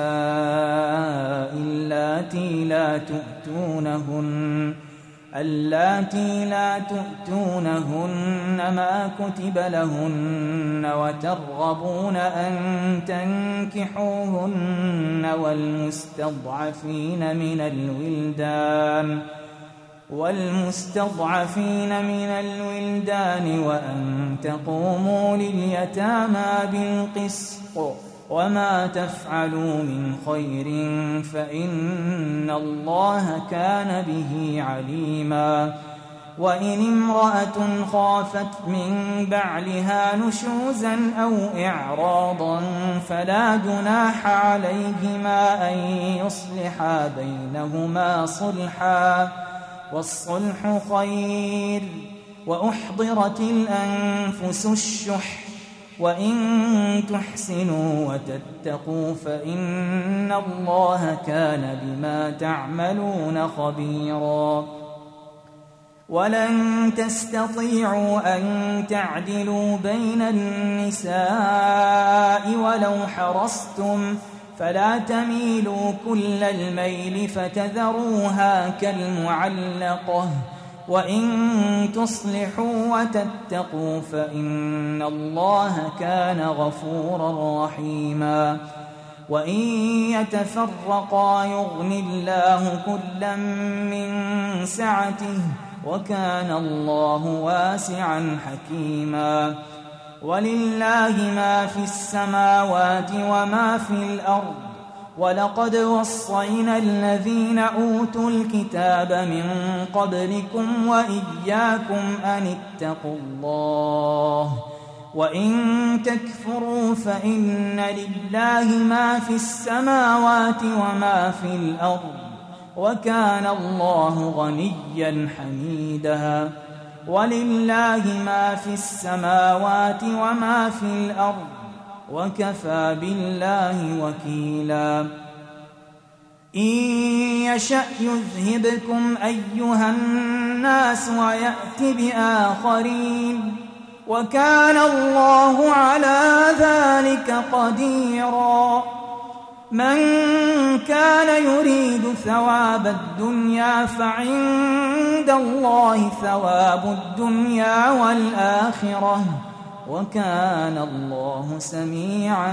اللاتي لا تؤتونهن ما كتب لهن وترغبون أن تنكحوهن والمستضعفين من الولدان وأن تقوموا لليتامى بالقسط وما تفعلوا من خير فإن الله كان به عليما وإن امرأة خافت من بعلها نشوزا أو إعراضا فلا جناح عليهما أن يصلحا بينهما صلحا والصلح خير وأحضرت الأنفس الشح وإن تحسنوا وتتقوا فإن الله كان بما تعملون خبيرا ولن تستطيعوا أن تعدلوا بين النساء ولو حرصتم فلا تميلوا كل الميل فتذروها كالمعلقة وإن تصلحوا وتتقوا فإن الله كان غفورا رحيما وإن يتفرقا يغن الله كلا من سعته وكان الله واسعا حكيما ولله ما في السماوات وما في الأرض ولقد وصينا الذين أوتوا الكتاب من قبلكم وإياكم أن اتقوا الله وإن تكفروا فإن لله ما في السماوات وما في الأرض وكان الله غنيا حميدا ولله ما في السماوات وما في الأرض وكفى بالله وكيلا إن يشأ يذهبكم أيها الناس ويأت بآخرين وكان الله على ذلك قديرا من كان يريد ثواب الدنيا فعند الله ثواب الدنيا والآخرة وكان الله سميعا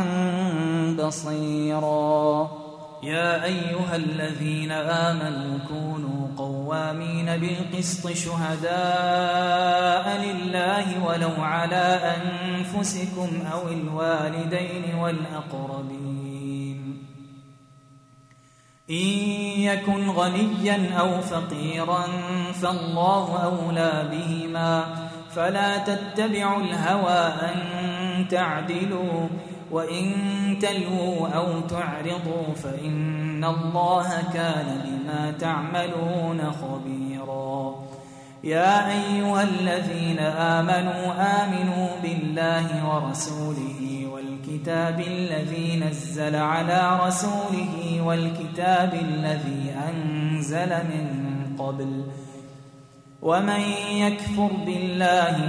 بصيرا يا أيها الذين آمنوا كونوا قوامين بالقسط شهداء لله ولو على أنفسكم أو الوالدين والأقربين إن يكن غنيا أو فقيرا فالله أولى بهما فلا تتبعوا الهوى أن تعدلوا وإن تلووا أو تعرضوا فإن الله كان بما تعملون خبيرا يا أيها الذين آمنوا بالله ورسوله والكتاب الذي نزل على رسوله والكتاب الذي أنزل من قبل ومن يكفر بالله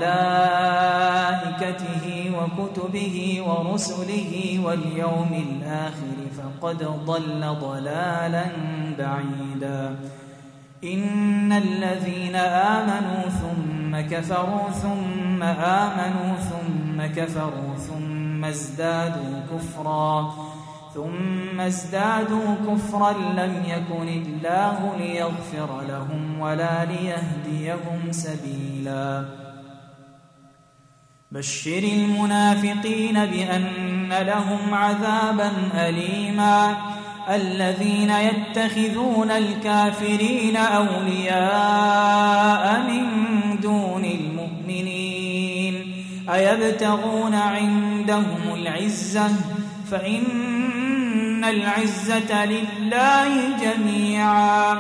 وملائكته وكتبه ورسله واليوم الآخر فقد ضل ضلالا بعيدا إن الذين آمنوا ثم كفروا ثم آمنوا ثم كفروا ثم ازدادوا كفرا لم يكن الله ليغفر لهم ولا ليهديهم سبيلا بشر المنافقين بأن لهم عذابا أليما الذين يتخذون الكافرين أولياء من دون المؤمنين أيبتغون عندهم العزة فإن العزة لله جميعا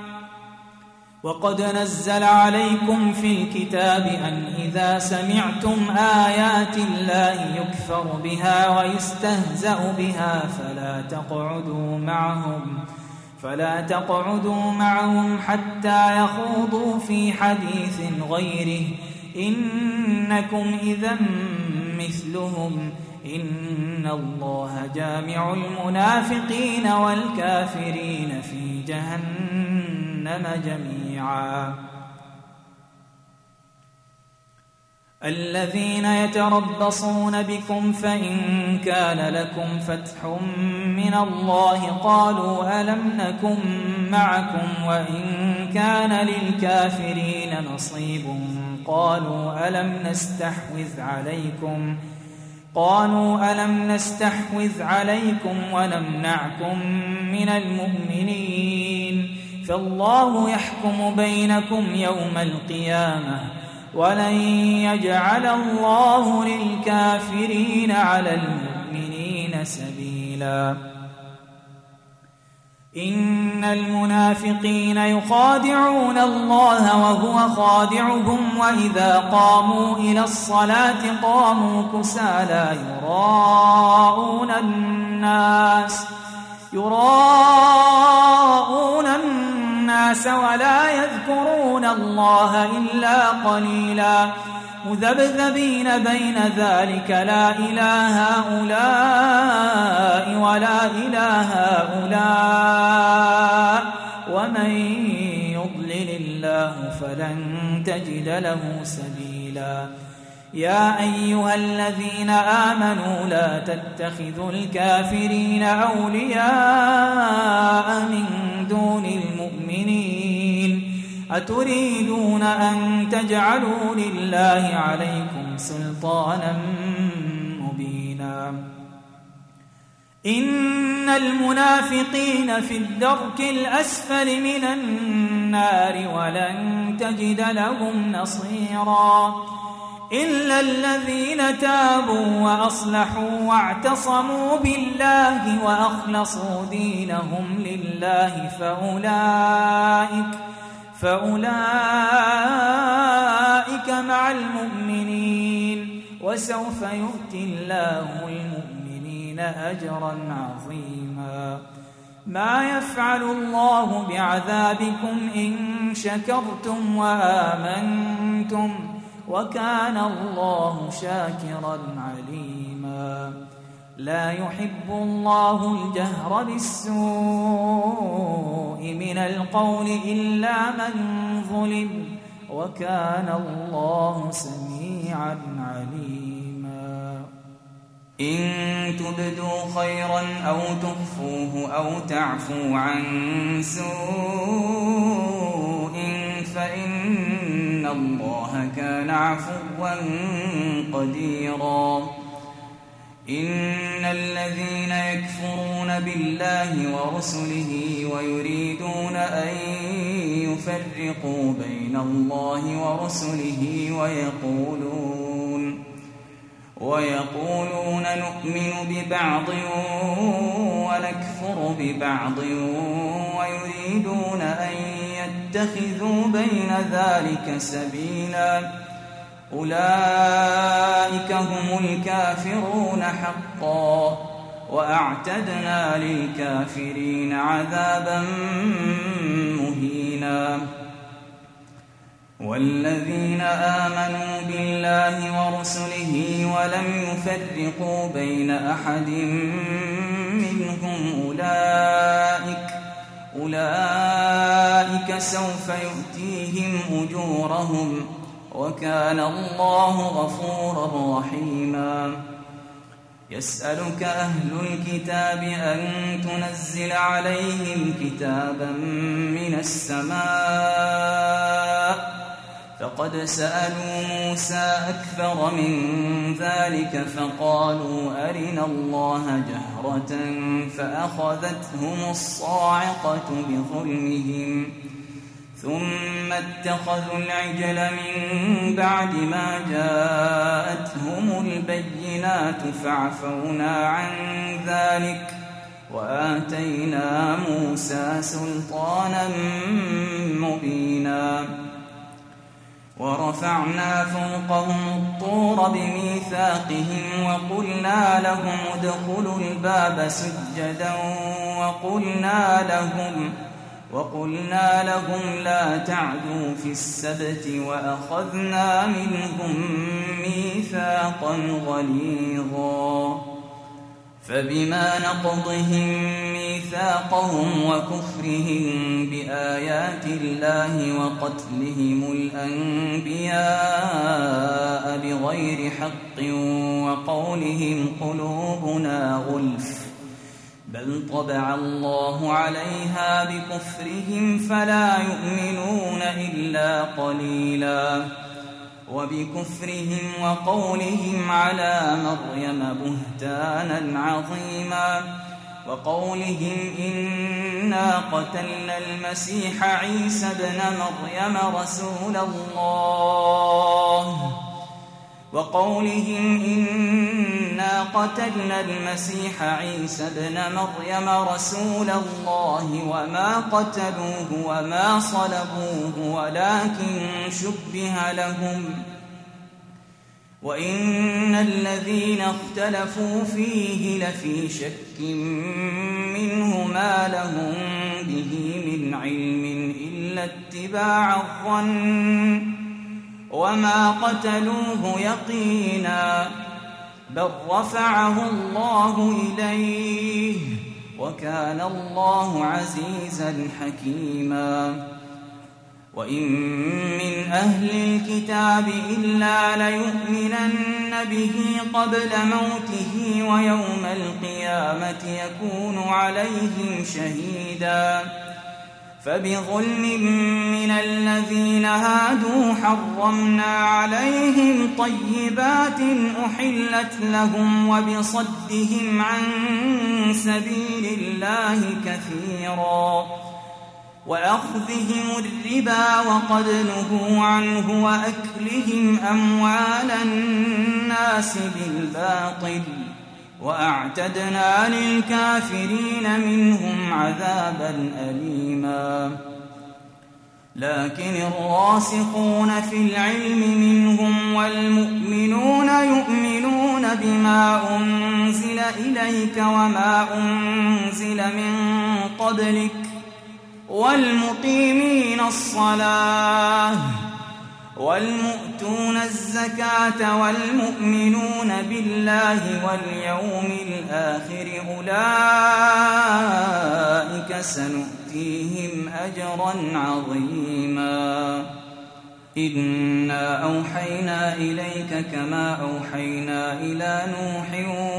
وقد نزل عليكم في الكتاب أن إذا سمعتم آيات الله يكفر بها ويستهزأ بها فلا تقعدوا معهم حتى يخوضوا في حديث غيره إنكم إذا مثلهم إن الله جامع المنافقين والكافرين في جهنم جميعا الذين يتربصون بكم فإن كان لكم فتح من الله قالوا ألم نكن معكم وإن كان للكافرين نصيب قالوا ألم نستحوذ عليكم قالوا ألم نستحوذ عليكم ونمنعكم من المؤمنين فالله يحكم بينكم يوم القيامة ولن يجعل الله للكافرين على المؤمنين سبيلا إن المنافقين يخادعون الله وهو خادعهم وإذا قاموا إلى الصلاة قاموا كسالى يراءون الناس ولا يذكرون الله إلا قليلا مذبذبين بين ذلك لا إله هؤلاء ولا إله هؤلاء ومن يضلل الله فلن تجد له سبيلا يا أيها الذين آمنوا لا تتخذوا الكافرين أولياء من دون المؤمنين أتريدون أن تجعلوا لله عليكم سلطانا مبينا إن المنافقين في الدرك الأسفل من النار ولن تجد لهم نصيرا إلا الذين تابوا وأصلحوا واعتصموا بالله وأخلصوا دينهم لله فأولئك مع المؤمنين وسوف يؤتي الله المؤمنين أجرا عظيما ما يفعل الله بعذابكم إن شكرتم وآمنتم وكان الله شاكرا عليما لا يحب الله الجهر بالسوء من القول إلا من ظلم وكان الله سميعا عليما إن تبدوا خيرا أو تخفوه أو تعفوا عن سوء فإن الله كان عفوا قديرا إن الذين يكفرون بالله ورسله ويريدون أن يفرقوا بين الله ورسله ويقولون نؤمن ببعض ونكفر ببعض ويريدون أن يتخذوا بين ذلك سبيلا أولئك هم الكافرون حقا وأعتدنا للكافرين عذابا مهينا والذين آمنوا بالله ورسله ولم يفرقوا بين أحد منهم أولئك سوف يؤتيهم أجورهم وكان الله غفورا رحيما يسألك أهل الكتاب أن تنزل عليهم كتابا من السماء فقد سألوا موسى أكثر من ذلك فقالوا أرنا الله جهرة فأخذتهم الصاعقة بظلمهم ثم اتخذوا العجل من بعد ما جاءتهم البينات فعفونا عن ذلك وآتينا موسى سلطانا مبينا ورفعنا فوقهم الطور بميثاقهم وقلنا لهم ادخلوا الباب سجدا وقلنا لهم لا تعدوا في السبت وأخذنا منهم ميثاقا غليظا فبما نقضهم ميثاقهم وكفرهم بآيات الله وقتلهم الأنبياء بغير حق وقولهم قلوبنا غلف بل طبع الله عليها بكفرهم فلا يؤمنون إلا قليلا وبكفرهم وقولهم على مريم بهتانا عظيما وقولهم إنا قتلنا المسيح عيسى ابن مريم رسول الله وما قتلوه وما صلبوه ولكن شبه لهم وإن الذين اختلفوا فيه لفي شك منه ما لهم به من علم إلا اتباع الظن وما قتلوه يقينا بل رفعه الله إليه وكان الله عزيزا حكيما وإن من أهل الكتاب إلا ليؤمنن به قبل موته ويوم القيامة يكون عليهم شهيدا فبظلم من الذين هادوا حرمنا عليهم طيبات أحلت لهم وبصدهم عن سبيل الله كثيرا وأخذهم الربا وقد نهوا عنه وأكلهم أموال الناس بالباطل وأعتدنا للكافرين منهم عذابا أليما لكن الراسخون في العلم منهم والمؤمنون يؤمنون بما أنزل إليك وما أنزل من قبلك والمقيمين الصلاة والمؤتون الزكاة والمؤمنون بالله واليوم الآخر أولئك سنؤتيهم أجرا عظيما إنا أوحينا إليك كما أوحينا إلى نوح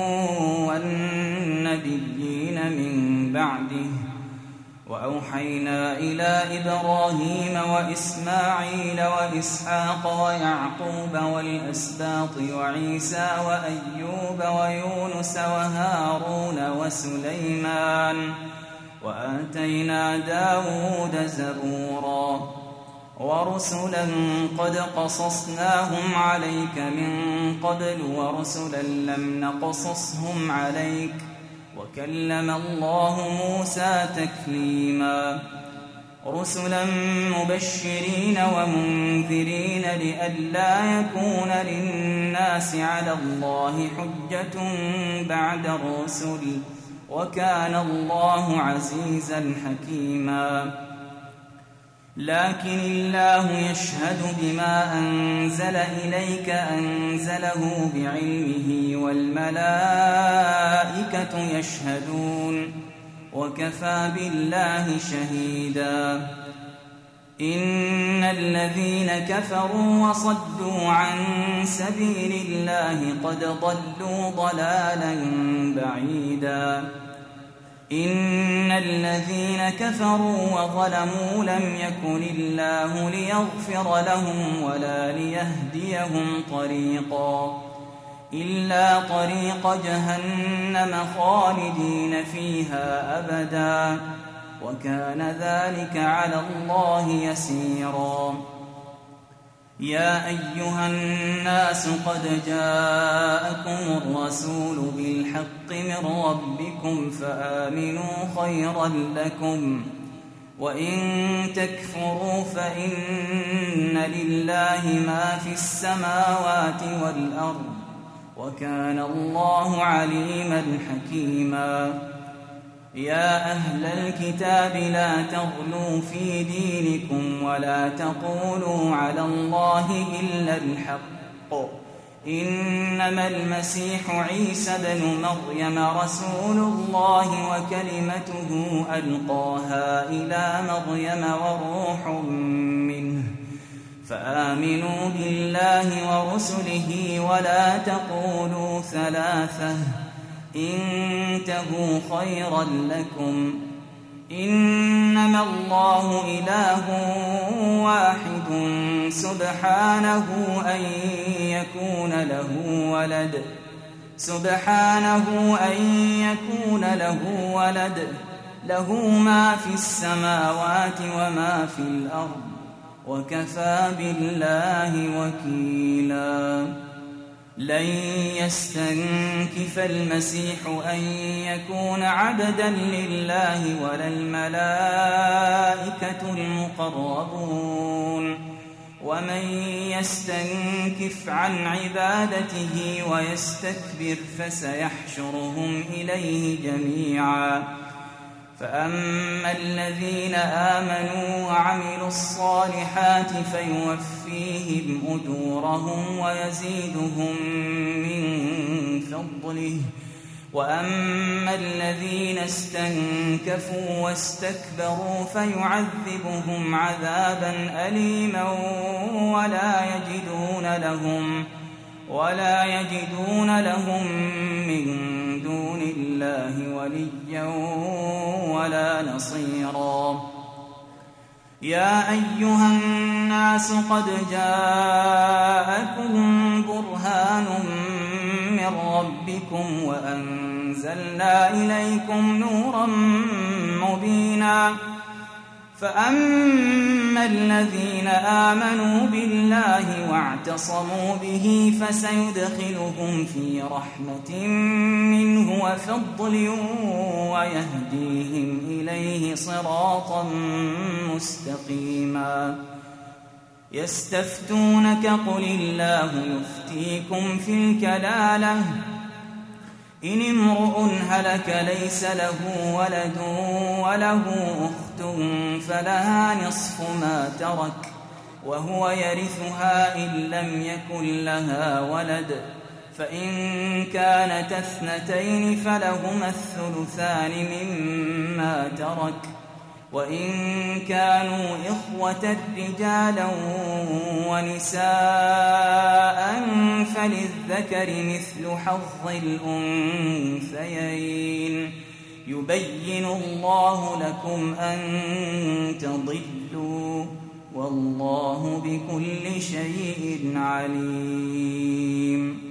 والنبيين من بعده وأوحينا إلى إبراهيم وإسماعيل وإسحاق ويعقوب والأسباط وعيسى وأيوب ويونس وهارون وسليمان وآتينا داود زبورا ورسلا قد قصصناهم عليك من قبل ورسلا لم نقصصهم عليك وكلم الله موسى تكليما رسلا مبشرين ومنذرين لئلا يكون للناس على الله حجة بعد الرسل وكان الله عزيزا حكيما لكن الله يشهد بما أنزل إليك أنزله بعلمه والملائكة يشهدون وكفى بالله شهيدا إن الذين كفروا وصدوا عن سبيل الله قد ضلوا ضلالا بعيدا إن الذين كفروا وظلموا لم يكن الله ليغفر لهم ولا ليهديهم طريقا إلا طريق جهنم خالدين فيها أبدا وكان ذلك على الله يسيرا يا أيها الناس قد جاءكم الرسول بالحق من ربكم فآمنوا خيرا لكم وإن تكفروا فإن لله ما في السماوات والأرض وكان الله عليما حكيما يا أهل الكتاب لا تغلوا في دينكم ولا تقولوا على الله إلا الحق إنما المسيح عيسى بن مريم رسول الله وكلمته ألقاها إلى مريم وروح منه فآمنوا بالله ورسله ولا تقولوا ثلاثة انتهوا خيرا لكم إنما الله إله واحد سبحانه أن يكون له ولد له ما في السماوات وما في الأرض وكفى بالله وكيلا لن يستنكف المسيح أن يكون عبدا لله ولا الملائكة المقربون ومن يستنكف عن عبادته ويستكبر فسيحشرهم إليه جميعا فأما الذين آمنوا وعملوا الصالحات فيوفيهم أجورهم ويزيدهم من فضله وأما الذين استنكفوا واستكبروا فيعذبهم عذابا أليما ولا يجدون لهم من دون الله وليا ولا نصيرا يا أيها الناس قد جاءكم برهان من ربكم وأنزلنا إليكم نورا مبينا فأما الذين آمنوا بالله واعتصموا به فسيدخلهم في رحمة منه وفضل ويهديهم إليه صراطا مستقيما يستفتونك قل الله يفتيكم في الكلالة إن امرؤ هلك ليس له ولد وله أخت فلها نصف ما ترك وهو يرثها إن لم يكن لها ولد فإن كانت اثنتين فلهما الثلثان مما ترك وإن كانوا إخوة رجالا ونساء فللذكر مثل حظ الأنثيين يبين الله لكم أن تضلوا والله بكل شيء عليم